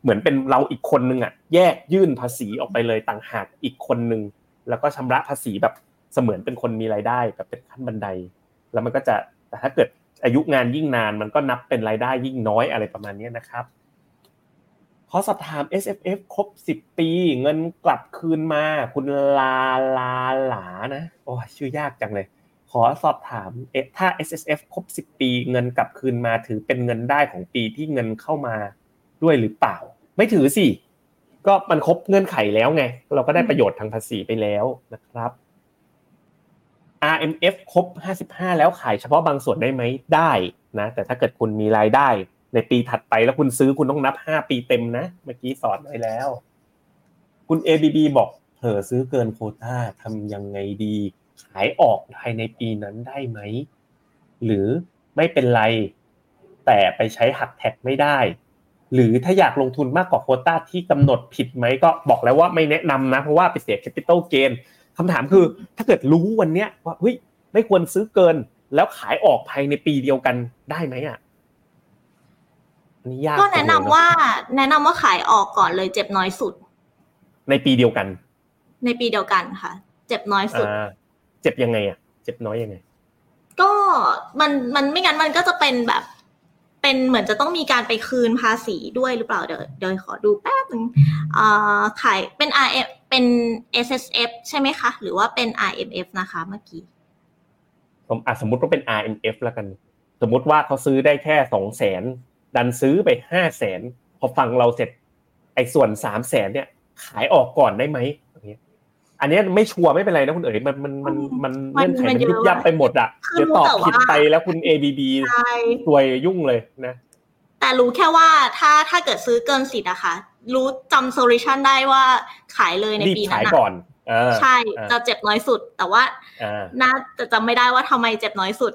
เหมือนเป็นเราอีกคนนึงอ่ะแยกยื่นภาษีออกไปเลยต่างหากอีกคนนึงแล้วก็ชำระภาษีแบบเสมือนเป็นคนมีรายได้แบบเป็นขั้นบันไดแล้วมันก็จะแต่ถ้าเกิดอายุงานยิ่งนานมันก็นับเป็นรายได้ยิ่งน้อยอะไรประมาณนี้นะครับขอสอบถาม เอส เอฟ เอฟ ครบสิบปีเงินกลับคืนมาคุณลาลาหลานะโอ้ชื่อยากจังเลยขอสอบถามเอ๊ะถ้า เอส เอฟ เอฟ ครบสิบปีเงินกลับคืนมาถือเป็นเงินได้ของปีที่เงินเข้ามาด้วยหรือเปล่าไม่ถือสิก็มันครบเงื่อนไขแล้วไงเราก็ได้ประโยชน์ทางภาษีไปแล้วนะครับ อาร์ เอ็ม เอฟ ครบห้าสิบห้าแล้วขายเฉพาะบางส่วนได้ไหมได้นะแต่ถ้าเกิดคุณมีรายได้ในปีถัดไปแล้วคุณซื้อคุณต้องนับห้าปีเต็มนะเมื่อกี้สอนไว้แล้วคุณ เอ บี บี บอกเผลอซื้อเกินโควต้าทำยังไงดีขายออกภายในปีนั้นได้ไหมหรือไม่เป็นไรแต่ไปใช้หักแท็กไม่ได้หรือถ้าอยากลงทุนมากกว่าโควต้าที่กำหนดผิดไหมก็บอกแล้วว่าไม่แนะนำนะเพราะว่าไปเสีย capital gain คำถามคือถ้าเกิดรู้วันเนี้ยว่าเฮ้ยไม่ควรซื้อเกินแล้วขายออกภายในปีเดียวกันได้ไหมอ่ะอันนี้ยากก็แนะนำว่าแนะนำว่าขายออกก่อนเลยเจ็บน้อยสุดในปีเดียวกันในปีเดียวกันค่ะเจ็บน้อยสุดเจ็บยังไงอ่ะเจ็บน้อยยังไงก็มันมันไม่งั้นมันก็จะเป็นแบบเป็นเหมือนจะต้องมีการไปคืนภาษีด้วยหรือเปล่าเดี๋ยวเดี๋ยวขอดูแป๊บนึงอ่าขายเป็น อาร์ เอฟ เป็น เอส เอส เอฟ ใช่ไหมคะหรือว่าเป็น อาร์ เอ็ม เอฟ นะคะเมื่อกี้ผมอ่ะสมมุติว่าเป็น อาร์ เอ็ม เอฟ แล้วกันสมมุติว่าเขาซื้อได้แค่ สองแสน ดันซื้อไป ห้าแสน พอฟังเราเสร็จไอ้ส่วน สามแสน เนี่ยขายออกก่อนได้มั้ยอย่างเงี้ยอันนี้ไม่ชัวร์ไม่เป็นไรนะคุณเอ๋ยมันมันมันมันเงื่อนไขมันยุบยับไปหมดอ่ะเดี๋ยวตอบผิดไปแล้วคุณ เอ บี บี ซวยยุ่งเลยนะแต่รู้แค่ว่าถ้าถ้าเกิดซื้อเกินสิทธิ์อะค่ะรู้จำโซลูชันได้ว่าขายเลยในปีนั้นขายก่อนเออใช่จะเจ็บน้อยสุดแต่ว่าน่าจะจำไม่ได้ว่าทำไมเจ็บน้อยสุด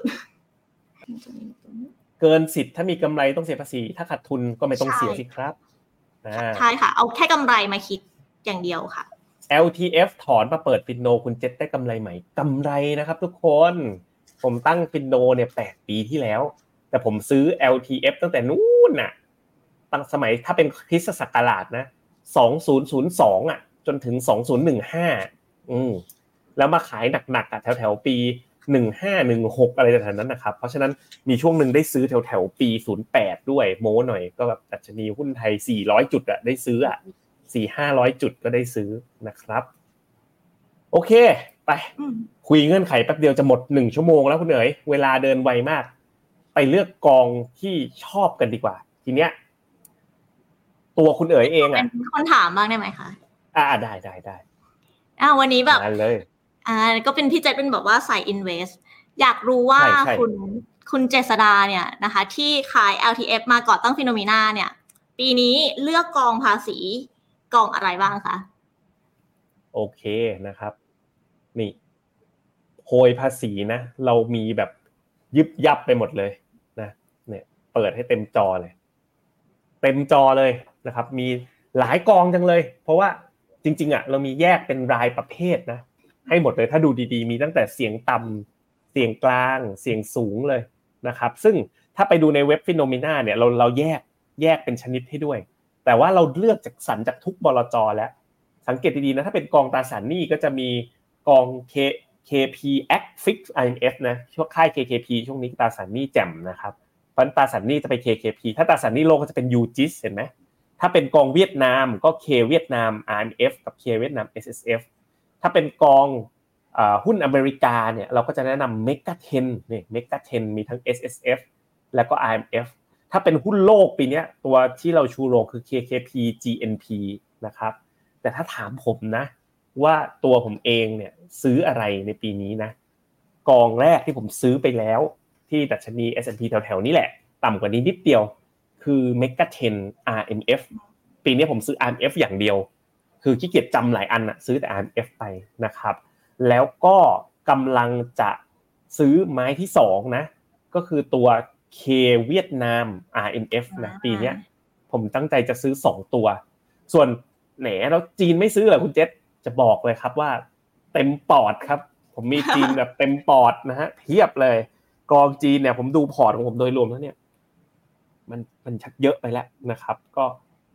เกินสิทธิ์ถ้ามีกำไรต้องเสียภาษีถ้าขาดทุนก็ไม่ต้องเสียสิครับใช่ค่ะเอาแค่กำไรมาคิดอย่างเดียวค่ะแอล ที เอฟ ถอนมาเปิดฟินโนคุณเจษได้กำไรไหมกำไรนะครับทุกคนผมตั้งฟินโนเนี่ยแปดปีที่แล้วแต่ผมซื้อ แอล ที เอฟ ตั้งแต่นู้นน่ะตั้งสมัยถ้าเป็นคริสตศักราชนะสองพันสองอ่ะจนถึงสองพันสิบห้าอืมแล้วมาขายหนักๆอ่ะแถวๆปีหนึ่งพันห้าร้อยสิบหกอะไรแถวๆนั้นนะครับเพราะฉะนั้นมีช่วงนึงได้ซื้อแถวๆปีศูนย์แปดด้วยโม้หน่อยก็แบบดัชนีหุ้นไทยสี่ร้อยจุดอ่ะได้ซื้ออ่ะ สี่ถึงห้าร้อย จุดก็ได้ซื้อนะครับโอเคไปคุยเงื่อนไขแป๊บเดียวจะหมดหนึ่งชั่วโมงแล้วคุณเอ๋ยเวลาเดินไวมากไปเลือกกองที่ชอบกันดีกว่าทีเนี้ยตัวคุณเอ๋ยเองอ่ะเป็นคนถามบ้างได้ไหมคะอ่าได้ได้ได้อ่าวันนี้แบบนั่นเลยอ่าก็เป็นพี่เจษเป็นแบบว่าสาย invest อยากรู้ว่าคุณคุณเจษดาเนี่ยนะคะที่ขาย แอล ที เอฟ มาก่อตั้งฟิโนเมนาเนี่ยปีนี้เลือกกองภาษีกองอะไรบ้างคะโอเคนะครับนี่โพยภาษีนะเรามีแบบยิบยับไปหมดเลยนะเนี่ยเปิดให้เต็มจอเลยเต็มจอเลยนะครับมีหลายกองจังเลยเพราะว่าจริงๆอ่ะเรามีแยกเป็นรายประเภทนะให้หมดเลยถ้าดูดีๆมีตั้งแต่เสียงต่ำเสียงกลางเสียงสูงเลยนะครับซึ่งถ้าไปดูในเว็บ Phenomena เนี่ยเราเราแยกแยกเป็นชนิดให้ด้วยแต่ว่าเราเลือกจากสรรจากทุกบลจ.แล้วสังเกตดีๆนะถ้าเป็นกองตราสารหนี้ก็จะมีกอง K เค พี Act Fix ไอ เอ็ม เอฟ นะช่วงค่าย เค เค พี ช่วงนี้ตราสารหนี้แจ่มนะครับเพราะตราสารหนี้จะไป เค เค พี ถ้าตราสารหนี้โลกก็จะเป็น ยู จี ไอ เอส เห็นมั้ยถ้าเป็นกองเวียดนามก็ K เวียดนาม อาร์ เอ็ม เอฟ กับ K เวียดนาม เอส เอส เอฟ ถ้าเป็นกองเอ่อหุ้นอเมริกาเนี่ยเราก็จะแนะนำ Mega สิบนี่ Mega สิบมีทั้ง เอส เอส เอฟ แล้วก็ อาร์ เอ็ม เอฟ ถ้าเป็นหุ้นโลกปีนี้ตัวที่เราชูโรงคือ เค เค พี จี เอ็น พี นะครับแต่ถ้าถามผมนะว่าตัวผมเองเนี่ยซื้ออะไรในปีนี้นะกองแรกที่ผมซื้อไปแล้วที่ดัชนี เอส แอนด์ พี แถวๆนี้แหละต่ำกว่านี้นิดเดียวคือ Mega สิบ อาร์ เอ็ม เอฟ ปีนี้ผมซื้อ อาร์ เอ็ม เอฟ อย่างเดียวคือขี้เกียจจำหลายอันน่ะซื้อแต่ อาร์ เอ็ม เอฟ ไปนะครับแล้วก็กำลังจะซื้อไม้ที่สองนะก็คือตัว K เวียดนาม อาร์ เอ็ม เอฟ นะปีเนี้ยผมตั้งใจจะซื้อสองตัวส่วนแหนแล้วจีนไม่ซื้อเหรอคุณเจษจะบอกเลยครับว่าเต็มปอดครับผมมีจีนแบบเต็มปอดนะฮะเทียบเลยกองจีนเนี่ยผมดูพอร์ตของผมโดยรวมแล้วเนี่ยมันมันชักเยอะไปแล้วนะครับก็ผ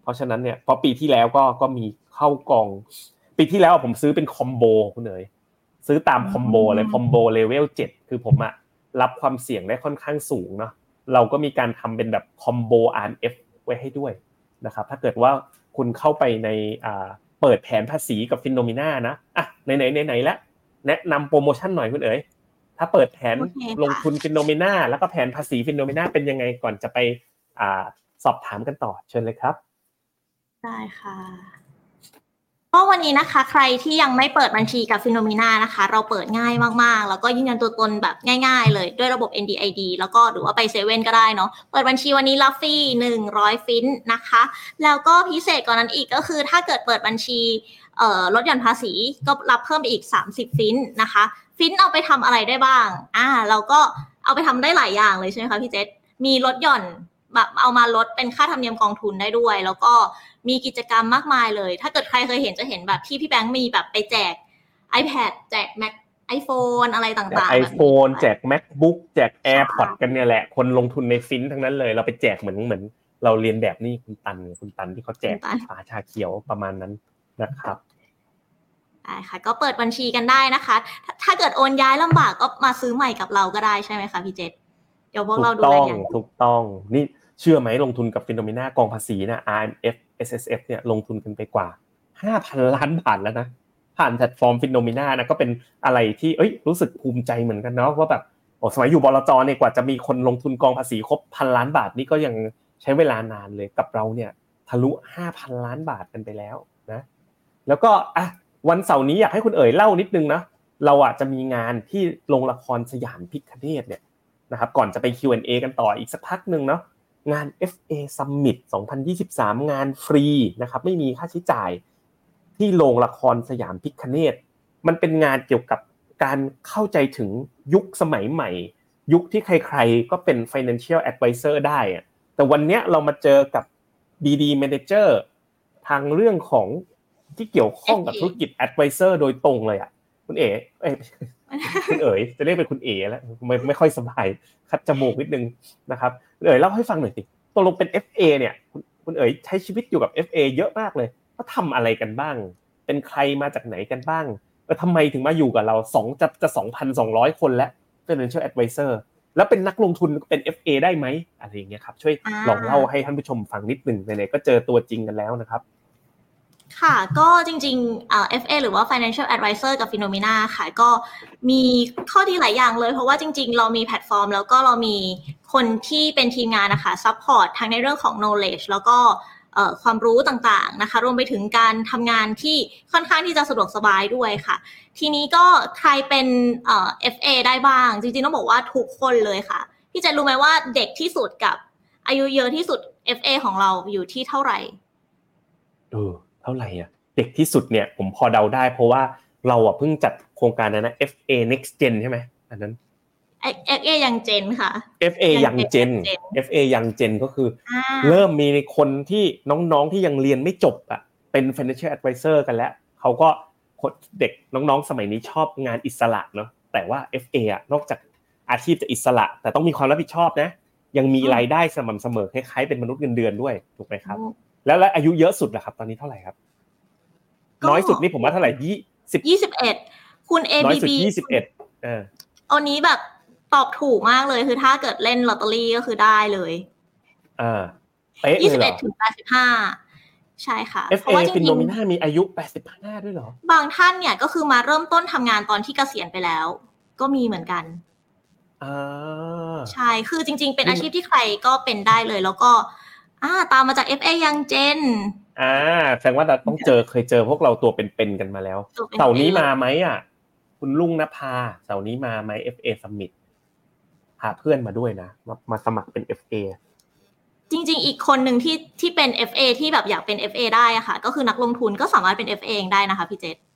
เพราะฉะนั้นเนี่ยพอปีที่แล้วก็ก็มีเข้ากองปีที่แล้วผมซื้อเป็นคอมโบคุณเอ๋ยซื้อตามคอมโบเลยคอมโบเลเวลเจ็ดคือผมอ่ะรับความเสี่ยงได้ค่อนข้างสูงเนาะเราก็มีการทำเป็นแบบคอมโบ อาร์ เอ็ม เอฟ ไว้ให้ด้วยนะครับถ้าเกิดว่าคุณเข้าไปในอ่าเปิดแผนภาษีกับ Phenomena นะอ่ะไหนๆๆๆแล้วแนะนำโปรโมชั่นหน่อยคุณเอ๋ยถ้าเปิดแผนลงทุน Phenomena แล้วก็แผนภาษี Phenomena เป็นยังไงก่อนจะไปอ่าสอบถามกันต่อเชิญเลยครับได้ค่ะก็วันนี้นะคะใครที่ยังไม่เปิดบัญชีกับ Phenomena นะคะเราเปิดง่ายมากๆแล้วก็ยืนยันตัวตนแบบง่ายๆเลยด้วยระบบ เอ็น ดี ไอ ดี แล้วก็หรือว่าไปเซเว่นก็ได้เนาะเปิดบัญชีวันนี้รับฟรีหนึ่งร้อยฟินนะคะแล้วก็พิเศษกว่านั้นอีกก็คือถ้าเกิดเปิดบัญชีเอ่อลดหย่อนภาษีก็รับเพิ่มไปอีกสามสิบฟินนะคะฟินเอาไปทำอะไรได้บ้างอ่าเราก็เอาไปทำได้หลายอย่างเลยใช่ไหมคะพี่เจษมีลดหย่อนแบบเอามาลดเป็นค่าธรรมเนียมกองทุนได้ด้วยแล้วก็มีกิจกรรมมากมายเลยถ้าเกิดใครเคยเห็นจะเห็นแบบที่พี่แบงค์มีแบบไปแจก iPad แจก Mac iPhone อะไรต่างๆแจก iPhone แจก MacBook แจก AirPods กันเนี่ยแหละคนลงทุนในฟินทั้งนั้นเลยเราไปแจกเหมือนเหมือนเราเรียนแบบนี้คุณตันคุณตันที่เขาแจกฝาชาเขียวประมาณนั้นนะครับได้ค่ะก็เปิดบัญชีกันได้นะคะถ้าเกิดโอนย้ายลำบากก็มาซื้อใหม่กับเราก็ได้ใช่ไหมคะพี่เจษเดี๋ยวพวกเราดูแลอย่างถูกต้องนี่เชื่อไหมลงทุนกับ Phenomena กองภาษีนะ อาร์ เอ็ม เอฟ เอส เอส เอฟ เนี่ยลงทุนกันไปกว่า ห้าพัน ล้านบาทแล้วนะผ่านแพลตฟอร์ม Phenomena นะก็เป็นอะไรที่เอ้ยรู้สึกภูมิใจเหมือนกันเนาะว่าแบบโอ้สมัยอยู่บลจ.เนี่ยกว่าจะมีคนลงทุนกองภาษีครบ หนึ่งพัน ล้านบาทนี่ก็ยังใช้เวลานานเลยกับเราเนี่ยทะลุ ห้าพัน ล้านบาทกันไปแล้วนะแล้วก็อ่ะวันเสาร์นี้อยากให้คุณเอ๋ยเล่านิดนึงนะเราอ่ะจะมีงานที่โรงละครสยามพิคเนตเนี่ยนะครับก่อนจะไป คิว แอนด์ เอ กันต่ออีกสักพักนึงเนาะงาน เอฟ เอ Summit สองพันยี่สิบสามงานฟรีนะครับไม่มีค่าใช้จ่ายที่โรงละครสยามพิคเนตมันเป็นงานเกี่ยวกับการเข้าใจถึงยุคสมัยใหม่ยุคที่ใครๆก็เป็น financial advisor ได้อะแต่วันเนี้ยเรามาเจอกับ บี ดี Manager ทางเรื่องของที่เกี่ยวข้องกับธุรกิจ advisor โดยตรงเลยอ่ะคุณเอ๋เอ้ยคุณเอ๋ยจะเรียกเป็นคุณเอ๋แล้วไม่ไม่ค่อยสบายคัดจมูกนิดนึงนะครับคุณเอ๋ยเล่าให้ฟังหน่อยสิตกลงเป็น เอฟ เอ เนี่ยคุณเอ๋ยใช้ชีวิตอยู่กับ เอฟ เอ เยอะมากเลยเขาทำอะไรกันบ้างเป็นใครมาจากไหนกันบ้างแล้วทำไมถึงมาอยู่กับเราสองจะจะ สองพันสองร้อย คนแล้ว financial advisor แล้วเป็นนักลงทุนเป็น เอฟ เอ ได้ไหมอะไรอย่างเงี้ยครับช่วยลองเล่าให้ท่านผู้ชมฟังนิดนึงไหนๆก็เจอตัวจริงกันแล้วนะครับค่ะก็จริงๆเอ่อ เอฟ เอ หรือว่า Financial Advisor กับ Phenomena ค่ะก็มีข้อดีหลายอย่างเลยเพราะว่าจริงๆเรามีแพลตฟอร์มแล้วก็เรามีคนที่เป็นทีมงานนะคะซัพพอร์ตทั้งในเรื่องของ knowledge แล้วก็เอ่อความรู้ต่างๆนะคะรวมไปถึงการทำงานที่ค่อนข้างที่จะสะดวกสบายด้วยค่ะทีนี้ก็ใครเป็นเอ่อ เอฟ เอ ได้บ้างจริงๆต้องบอกว่าทุกคนเลยค่ะพี่เจนรู้ไหมว่าเด็กที่สุดกับอายุเยอะที่สุด เอฟ เอ ของเราอยู่ที่เท่าไหร่เออเท่าไหร่อ่ะเด็กที่สุดเนี่ยผมพอเดาได้เพราะว่าเราอ่ะเพิ่งจัดโครงการนั้นนะ เอฟ เอ Next Gen ใช่ไหมอันนั้นเอฟ เอ ยัง Gen ค่ะเอฟ เอ ยัง Gen เอฟ เอ ยัง Gen ก็คือเริ่มมีคนที่น้องๆที่ยังเรียนไม่จบอ่ะเป็น Financial Advisor กันแล้วเขาก็เด็กน้องๆสมัยนี้ชอบงานอิสระเนาะแต่ว่า เอฟ เอ อ่ะนอกจากอาชีพจะอิสระแต่ต้องมีความรับผิดชอบนะยังมีรายได้สม่ำเสมอคล้ายๆเป็นมนุษย์เงินเดือนด้วยถูกไหมครับแล้วแล้วอายุเยอะสุดล่ะครับตอนนี้เท่าไหร่ครับน้อยสุดนี่ผมว่าเท่าไหร่ยี่สิบยี่สิบเอ็ดคุณ เอ บี บียี่สิบเอ็ดเอออันนี้แบบตอบถูกมากเลยคือถ้าเกิดเล่นลอตเตอรี่ก็คือได้เลยอ่าเป๊ะเลยเหรอยี่สิบเอ็ดถึงแปดสิบห้าใช่ค่ะเอฟ เอ เพราะว่าจริงๆ Phenomena มีอายุแปดสิบห้าด้วยเหรอบางท่านเนี่ยก็คือมาเริ่มต้นทำงานตอนที่เกษียณไปแล้วก็มีเหมือนกันอ่าใช่คือจริงๆเป็นอาชีพที่ใครก็เป็นได้เลยแล้วก็อ่าตามมาจาก เอฟ เอ ยัง Gen อ่าแสดงว่าเราต้องเจอเคยเจอพวกเราตัวเป็นๆกันมาแล้วเสาร์นี้มาไหมอ่ะคุณลุงนภาเสาร์นี้มาไหม เอฟ เอ Summit พาเพื่อนมาด้วยนะมามาสมัครเป็น เอฟ เอจริงๆอีกคนนึงที่ที่เป็น เอฟ เอ ที่แบบอยากเป็น เอฟ เอ ได้อ่ะค่ะก็คือนักลงทุนก็สามารถเป็น เอฟ เอ เองได้นะคะพี่เจษ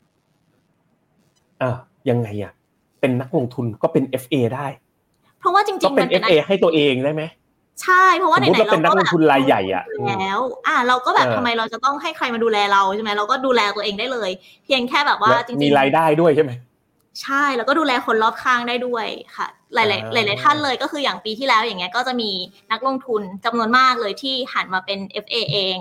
อ่ะยังไงอ่ะเป็นนักลงทุนก็เป็น เอฟ เอ ได้เพราะว่าจริงๆก็เป็น เอฟ เอ ให้ตัวเองได้ไหมใช่เพราะว่าไหนๆเราเป็นนักลงทุนรายใหญ่อ่ะแล้วอ่ะเราก็แบบทำไมเราจะต้องให้ใครมาดูแลเราใช่ไหมเราก็ดูแลตัวเองได้เลยเพียงแค่แบบว่าจริงๆมีรายได้ด้วยใช่ไหมใช่แล้วก็ดูแลคนรอบข้างได้ด้วยค่ะหลายๆหลายๆท่านเลยก็คืออย่างปีที่แล้วอย่างเงี้ยก็จะมีนักลงทุนจำนวนมากเลยที่หันมาเป็น เอฟ เอ เอง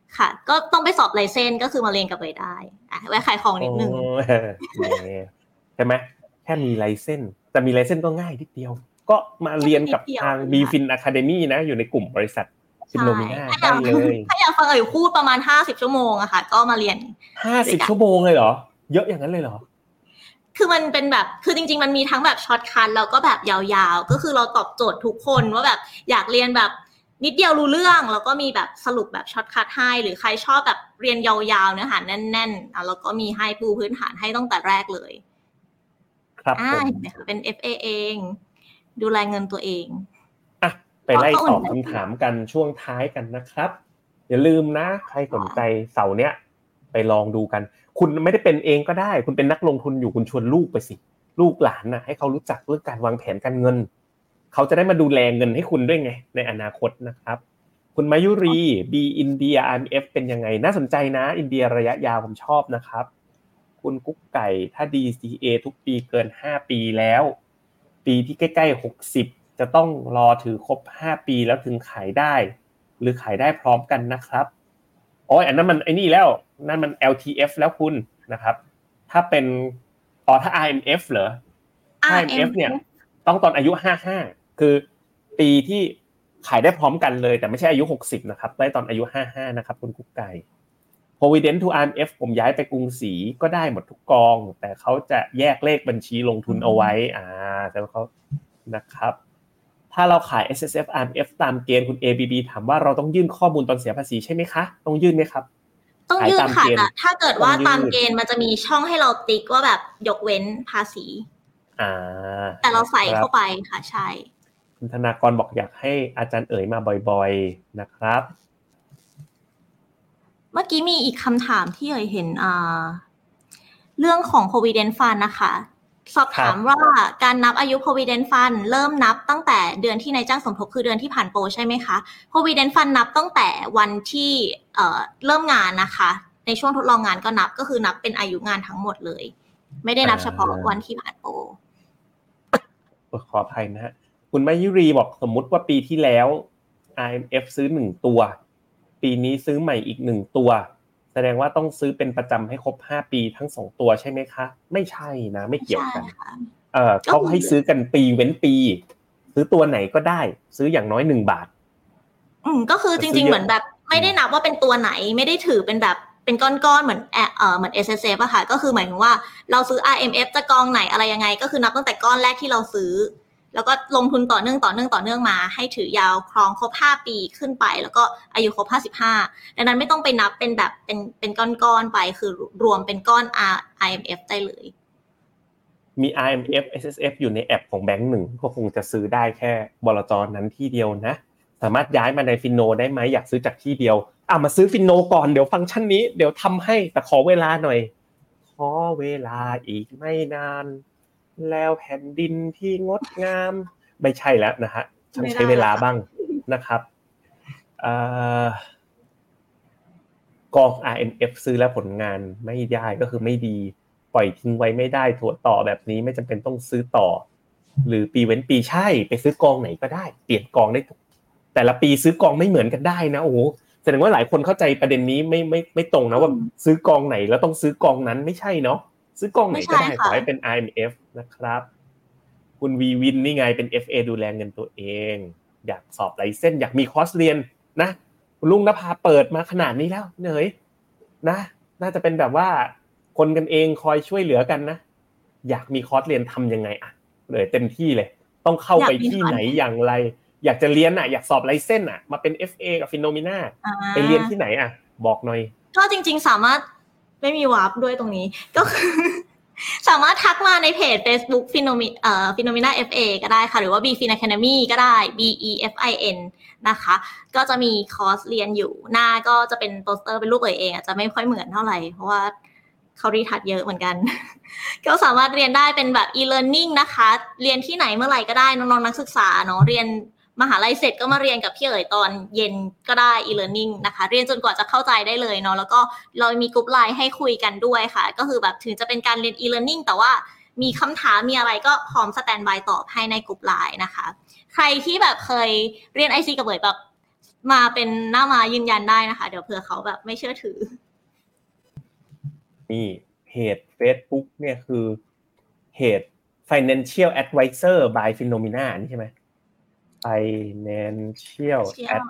ค่ะก็ต้องไปสอบไลเซนส์ก็คือมาเรียนกับเอ๋ยได้อ่ะไว้ขายของนิดนึงใช่ไหมแค่มีไลเซนส์แต่มีไลเซนส์ก็ง่ายนิดเดียวก็มาเรียนกับทาง BFin Academy นะอยู่ในกลุ่มบริษัทPhenomena ได้เลยถ้าอยากฟังเอ๋ยพูดประมาณห้าสิบชั่วโมงอะค่ะก็มาเรียนห้าสิบชั่วโมงเลยเหรอเยอะอย่างนั้นเลยเหรอคือมันเป็นแบบคือจริงๆมันมีทั้งแบบช็อตคัทแล้วก็แบบยาวๆก็คือเราตอบโจทย์ทุกคนว่าแบบอยากเรียนแบบนิดเดียวรู้เรื่องแล้วก็มีแบบสรุปแบบช็อตคัทให้หรือใครชอบแบบเรียนยาวๆเนื้อหาแน่นๆอ่ะแล้วก็มีให้ปูพื้นฐานให้ตั้งแต่แรกเลยครับอ่าเห็นไหมคะเป็น เอฟ เอ เองดูแลเงินตัวเองอ่ะไปไล่ตอบคำถามกันช่วงท้ายกันนะครับอย่าลืมนะใครสนใจเสาร์เนี้ยไปลองดูกันคุณไม่ได้เป็นเองก็ได้คุณเป็นนักลงทุนอยู่คุณชวนลูกไปสิลูกหลานน่ะให้เขารู้จักเรื่องการวางแผนการเงินเขาจะได้มาดูแลเงินให้คุณด้วยไงในอนาคตนะครับคุณมายุรี B India อาร์ เอ็ม เอฟ เป็นยังไงน่าสนใจนะอินเดียระยะยาวผมชอบนะครับคุณกุ๊กไก่ถ้า ดี ซี เอ ทุกปีเกินห้าปีแล้วปีที่ใกล้ๆหกสิบจะต้องรอถือครบห้าปีแล้วถึงขายได้หรือขายได้พร้อมกันนะครับอ๋ออันนั้นมันไอ้นี่แล้วนั่นมัน แอล ที เอฟ แล้วคุณนะครับถ้าเป็นอ๋อถ้า อาร์ เอ็ม เอฟ เหรอ อาร์ เอ็ม เอฟ เนี่ยต้องตอนอายุห้าสิบห้าคือปีที่ขายได้พร้อมกันเลยแต่ไม่ใช่อายุหกสิบนะครับได้ตอนอายุห้าสิบห้านะครับคุณกุ๊กไก่ Provident to อาร์ เอ็ม เอฟ ผมย้ายไปกรุงศรีก็ได้หมดทุกกองแต่เขาจะแยกเลขบัญชีลงทุนเอาไว้อ่าแต่ว่าเขานะครับถ้าเราขาย เอส เอส เอฟ อาร์ เอ็ม เอฟ ตามเกณฑ์คุณ เอ บี บี ถามว่าเราต้องยื่นข้อมูลตอนเสียภาษีใช่ไหมคะต้องยื่นไหมครับต้องยื่นค่ะแต่ถ้าเกิดว่าตามเกณฑ์มันจะมีช่องให้เราติ๊กว่าแบบยกเว้นภาษีอ่าแต่เราใส่เข้าไปค่ะใช่คุณธนากรบอกอยากให้อาจารย์เอ๋ยมาบ่อยๆนะครับเมื่อกี้มีอีกคำถามที่เอ๋ยเห็นอ่าเรื่องของ Provident Fund นะคะสอบถามว่าการนับอายุ Provident Fund เริ่มนับตั้งแต่เดือนที่นายจ้างสมทบคือเดือนที่ผ่านโปรใช่ไหมคะ Provident Fund นับตั้งแต่วันที่เอ่อเริ่มงานนะคะในช่วงทดลองงานก็นับก็คือนับเป็นอายุงานทั้งหมดเลยไม่ได้นับเฉพาะวันที่ผ่านโปรขออภัยนะฮะคุณมายุรีบอกสมมุติว่าปีที่แล้ว อาร์ เอ็ม เอฟ ซื้อหนึ่งตัวปีนี้ซื้อใหม่อีกหนึ่งตัวแสดงว่าต้องซื้อเป็นประจำให้ครบห้าปีทั้งสองตัวใช่ไหมคะไม่ใช่นะไม่เกี่ยวกันเอ่อเขาให้ซื้อกันปีเว้นปีซื้อตัวไหนก็ได้ซื้ออย่างน้อยหนึ่งบาทอืมก็คือจริงๆเหมือนแบบไม่ได้นับว่าเป็นตัวไหนไม่ได้ถือเป็นแบบเป็นก้อนๆเหมือนเอ่อเหมือน เอส เอส เอฟ อะค่ะก็คือหมายถึงว่าเราซื้อ อาร์ เอ็ม เอฟ จะกองไหนอะไรยังไงก็คือนับตั้งแต่ก้อนแรกที่เราซื้อแล้วก็ลงทุนต่อเนื่องต่อเนื่องต่อเนื่องมาให้ถือยาวครองครบห้าปีขึ้นไปแล้วก็อายุครบห้าสิบห้าดังนั้นไม่ต้องไปนับเป็นแบบเป็นเป็นก้อนๆไปคือรวมเป็นก้อน อาร์ เอ็ม เอฟ ได้เลยมี อาร์ เอ็ม เอฟ เอส เอส เอฟ อยู่ในแอปของแบงค์หนึ่งก็คงจะซื้อได้แค่บลจ.นั้นที่เดียวนะสามารถย้ายมาในฟินโนได้ไหมอยากซื้อจากที่เดียวอ่ะมาซื้อฟินโนก่อนเดี๋ยวฟังก์ชันนี้เดี๋ยวทำให้แต่ขอเวลาหน่อยขอเวลาอีกไม่นานแล้วแผ่นดินที่งดงามไม่ใช่แล้วนะฮะต้องใช้เวลาบ้างนะครับเอ่อกอง อาร์ เอ็ม เอฟ ซื้อแล้วผลงานไม่ได้ก็คือไม่ดีปล่อยทิ้งไว้ไม่ได้ถั่วต่อแบบนี้ไม่จำเป็นต้องซื้อต่อหรือปีเว้นปีใช่ไปซื้อกองไหนก็ได้เปลี่ยนกองได้แต่ละปีซื้อกองไม่เหมือนกันได้นะโอ้โหแสดงว่าหลายคนเข้าใจประเด็นนี้ไม่ไม่ไม่ตรงนะว่าซื้อกองไหนแล้วต้องซื้อกองนั้นไม่ใช่เนาะซื้อกองไหนก็ได้ขอให้เป็น อาร์ เอ็ม เอฟ นะครับคุณวีวินนี่ไงเป็น เอฟ เอ ดูแลเงินตัวเองอยากสอบไลเซนส์อยากมีคอร์สเรียนนะคุณลุงนภาเปิดมาขนาดนี้แล้วเนยนะน่าจะเป็นแบบว่าคนกันเองคอยช่วยเหลือกันนะอยากมีคอร์สเรียนทำยังไงอ่ะเลยเต็มที่เลยต้องเข้าไปที่ไหนอย่างไรอยากจะเรียนอ่ะอยากสอบไลเซนส์อ่ะมาเป็น เอฟ เอ กับ Phenomena ไปเรียนที่ไหนอ่ะบอกหน่อยก็จริงๆสามารถไม่มีวาร์ปด้วยตรงนี้ก็คือสามารถทักมาในเพจ Facebook Phenomena เอ่อ Phenomena เอฟ เอ ก็ได้ค่ะหรือว่า BFin Academy ก็ได้ B E F I N นะคะก็จะมีคอร์สเรียนอยู่หน้าก็จะเป็นโปสเตอร์เป็นรูปเอ๋ยเองอาจจะไม่ค่อยเหมือนเท่าไหร่เพราะว่าเขารีทัชเยอะเหมือนกันก็สามารถเรียนได้เป็นแบบ e-learning นะคะเรียนที่ไหนเมื่อไหร่ก็ได้น้องๆนักศึกษาเนาะเรียนมหาลัยเสร็จก็มาเรียนกับพี่เอ๋ยตอนเย็นก็ได้ e-learning นะคะเรียนจนกว่าจะเข้าใจได้เลยเนาะแล้วก็เรามีกลุ่มไลน์ให้คุยกันด้วยค่ะก็คือแบบถึงจะเป็นการเรียน e-learning แต่ว่ามีคำถามมีอะไรก็พร้อมสแตนด์บายตอบให้ในกลุ่มไลน์นะคะใครที่แบบเคยเรียน ไอ ซี กับเอ๋ยแบบมาเป็นหน้าม้ายืนยันได้นะคะเดี๋ยวเผื่อเขาแบบไม่เชื่อถือนี่เพจ Facebook เนี่ยคือเพจ Financial Advisor by Phenomena นี่ใช่ไหม Financial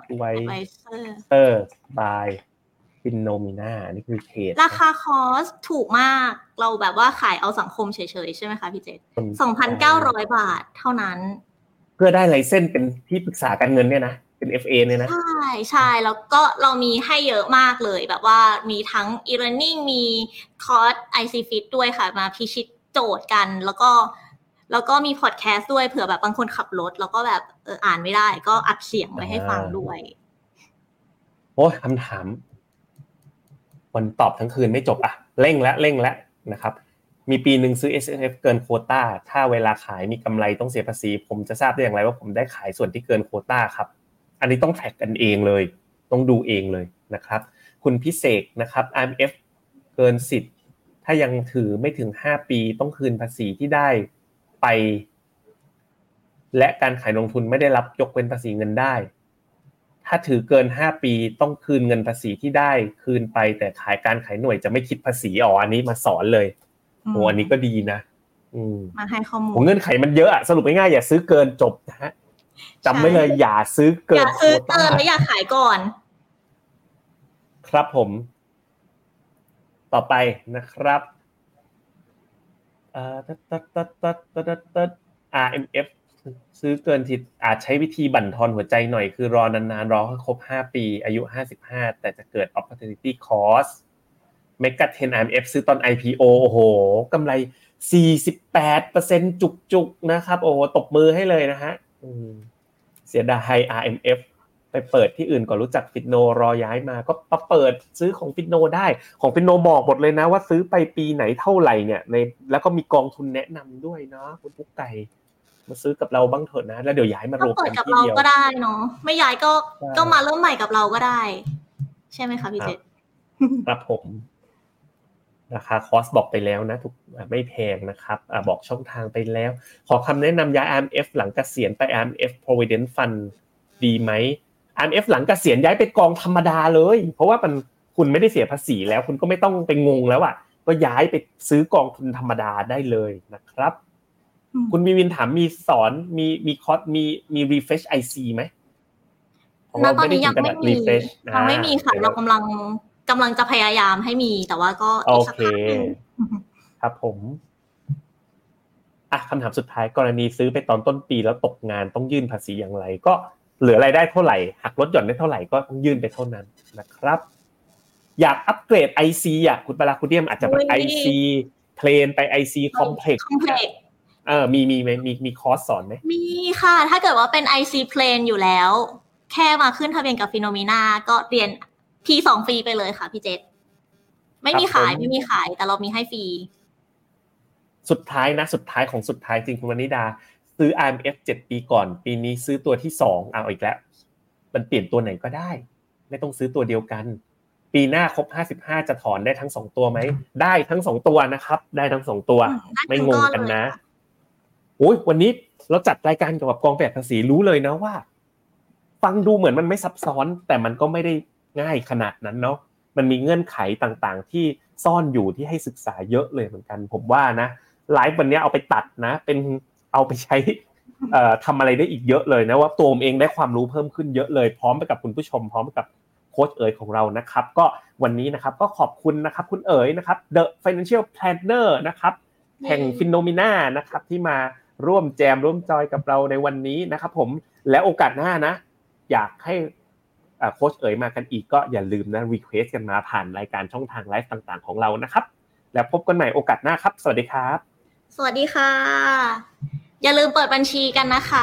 Advisor by Phenomena นี่คือเพจราคาคอร์สถูกมากเราแบบว่าขายเอาสังคมเฉยๆใช่ไหมคะพี่เจษ สองพันเก้าร้อย บาทเท่านั้นเพื่อได้ไลเซนส์เป็นที่ปรึกษาการเงินเนี่ยนะเป็น เอฟ เอ เนี่ยนะใช่ใช่แล้วก็เรามีให้เยอะมากเลยแบบว่ามีทั้ง e-learning มีคอร์ส ไอ ซี Fit ด้วยค่ะมาพิชิตโจทย์กันแล้วก็แล้วก็มีพอดแคสต์ด้วยเผื่อแบบบางคนขับรถแล้วก็แบบเอออ่านไม่ได้ก็อัดเสียงไว้ให้ฟังด้วยโอ้ยคำถามวันตอบทั้งคืนไม่จบอ่ะเร่งแล้วเร่งแล้วนะครับมีปีนึงซื้อ เอส เอฟ เกินโควต้าถ้าเวลาขายมีกำไรต้องเสียภาษีผมจะทราบได้อย่างไรว่าผมได้ขายส่วนที่เกินโควต้าครับอันนี้ต้องแทร็กกันเองเลยต้องดูเองเลยนะครับคุณพิเศษนะครับ อาร์ เอ็ม เอฟ เกินสิทธิ์ถ้ายังถือไม่ถึงห้าปีต้องคืนภาษีที่ได้ไปและการขายลงทุนไม่ได้รับยกเว้นภาษีเงินได้ถ้าถือเกินห้าปีต้องคืนเงินภาษีที่ได้คืนไปแต่ขายการขายหน่วยจะไม่คิดภาษีอ๋ออันนี้มาสอนเลยโอ้อันนี้ก็ดีนะอืมมาให้ข้อมูลเงื่อนไขมันเยอะอะสรุปง่ายๆอย่าซื้อเกินจบนะฮะจำไว้เลยอย่าซื้อเกินอย่าซื้อเกินแล้วอย่าขายก่อนครับผมต่อไปนะครับเอ่อตัดตัดตัดตัดตัดตัด อาร์ เอ็ม เอฟ ซื้อเกินทิศอาจใช้วิธีบั่นทอนหัวใจหน่อยคือรอนานๆรอให้ครบห้าปีอายุห้าสิบห้าแต่จะเกิด opportunity cost Mega สิบ อาร์ เอ็ม เอฟ ซื้อตอน ไอ พี โอ โอ้โหกำไร สี่สิบแปดเปอร์เซ็นต์ จุกๆนะครับโอ้โหตบมือให้เลยนะฮะอืมเสียดาย อาร์ เอ็ม เอฟ ไปเปิดที่อื่นก่อนรู้จักฟิโนรอย้ายมาก็มาเปิดซื้อของฟิโนได้ของฟิโนบอกหมดเลยนะว่าซื้อไปปีไหนเท่าไหร่เนี่ยในแล้วก็มีกองทุนแนะนำด้วยเนาะคุณปุ๊กไก่มาซื้อกับเราบ้างเถอะนะแล้วเดี๋ยวย้ายมารวมกันที่เดียวก็ได้เนาะไม่ย้ายก็ก็มาเริ่มใหม่กับเราก็ได้ใช่ไหมคะพี่เจษครับผมราคาคอสบอกไปแล้วนะทุกไม่แพงนะครับอ่าบอกช่องทางไปแล้วขอคำแนะนำย้าย อาร์ เอ็ม เอฟ หลังเกษียณไป อาร์ เอ็ม เอฟ Provident Fund ดีไหม อาร์ เอ็ม เอฟ หลังเกษียณย้ายไปกองธรรมดาเลยเพราะว่ามันคุณไม่ได้เสียภาษีแล้วคุณก็ไม่ต้องไปงงแล้วอ่ะก็ย้ายไปซื้อกองทุนธรรมดาได้เลยนะครับคุณมีวินถามมีสอนมีมีคอร์สมีมี refresh ไอ ซี มั้ยณตอนนี้ยังไม่มียังไม่มีค่ะเรากำลังกำลังจะพยายามให้มีแต่ว่าก็อีกสักพักนึงครับผมอ่ะคำถามสุดท้ายกรณีซื้อไปตอนต้นปีแล้วตกงานต้องยื่นภาษีอย่างไรก็เหลือรายได้เท่าไหร่หักลดหย่อนได้เท่าไหร่ก็ต้องยื่นไปเท่านั้นนะครับอยากอัปเกรด ไอ ซี อ่ะคุณปราคุณเดียมอาจจะเป็น ไอ ซี Plain ไป ไอ ซี Complex เออมีมีมั้ยมีมีคอร์สสอนมั้ยมีค่ะถ้าเกิดว่าเป็น ไอ ซี Plain อยู่แล้วแค่มาขึ้นทะเบียนกับ Phenomena ก็เรียนพี สอง ฟรีไปเลยค่ะพี่เจษไม่มีขายไม่มีขายแต่เรามีให้ฟรีสุดท้ายนะสุดท้ายของสุดท้ายจริงคุณวนิดาซื้อ อาร์ เอ็ม เอฟ เจ็ดปีก่อนปีนี้ซื้อตัวที่สองเอาอีกแล้วมันเปลี่ยนตัวไหนก็ได้ไม่ต้องซื้อตัวเดียวกันปีหน้าครบห้าสิบห้าจะถอนได้ทั้งสองตัวมั้ยได้ทั้งสองตัวนะครับได้ทั้งสองตัวไม่งงกันนะโอ้ยวันนี้เราจัดรายการเกี่ยวกับกองประหยัดภาษีรู้เลยนะว่าฟังดูเหมือนมันไม่ซับซ้อนแต่มันก็ไม่ได้ง่ายขนาดนั้นเนาะมันมีเงื่อนไขต่างๆที่ซ่อนอยู่ที่ให้ศึกษาเยอะเลยเหมือนกันผมว่านะไลฟ์วันนี้เอาไปตัดนะเป็นเอาไปใช้เอ่อทำอะไรได้อีกเยอะเลยนะว่าตัวผมเองได้ความรู้เพิ่มขึ้นเยอะเลยพร้อมไปกับคุณผู้ชมพร้อมกับโค้ชเอ๋ยของเรานะครับก็วันนี้นะครับก็ขอบคุณนะครับคุณเอ๋ยนะครับ The Financial Planner นะครับแห่ง Phenomena นะครับที่มาร่วมแจมร่วมจอยกับเราในวันนี้นะครับผมและโอกาสหน้านะอยากให้อ่าโค้ชเอ๋ยมากันอีกก็อย่าลืมนะรีเควสต์กันมาผ่านรายการช่องทางไลฟ์ต่างๆของเรานะครับแล้วพบกันใหม่โอกาสหน้าครับสวัสดีครับสวัสดีค่ะอย่าลืมเปิดบัญชีกันนะคะ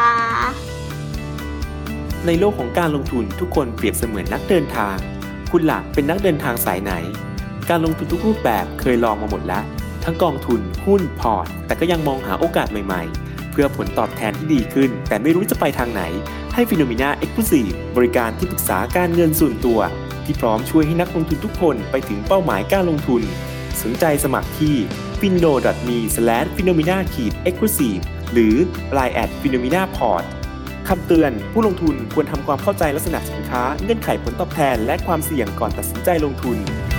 ในโลกของการลงทุนทุกคนเปรียบเสมือนนักเดินทางคุณล่ะเป็นนักเดินทางสายไหนการลงทุนทุกรูปแบบเคยลองมาหมดแล้วทั้งกองทุนหุ้นพอร์ตแต่ก็ยังมองหาโอกาสใหม่ๆเพื่อผลตอบแทนที่ดีขึ้นแต่ไม่รู้จะไปทางไหนให้ Phenomena Exclusive บริการที่ปรึกษาการเงินส่วนตัวที่พร้อมช่วยให้นักลงทุนทุกคนไปถึงเป้าหมายการลงทุนสนใจสมัครที่ ฟิโน ดอท มี สแลช ฟีโนมีนา เอ็กซ์คลูซีฟ หรือ ไลน์ แอท ฟีโนมีนาพอร์ตคำเตือนผู้ลงทุนควรทำความเข้าใจลักษณะสินค้าเงื่อนไขผลตอบแทนและความเสี่ยงก่อนตัดสินใจลงทุน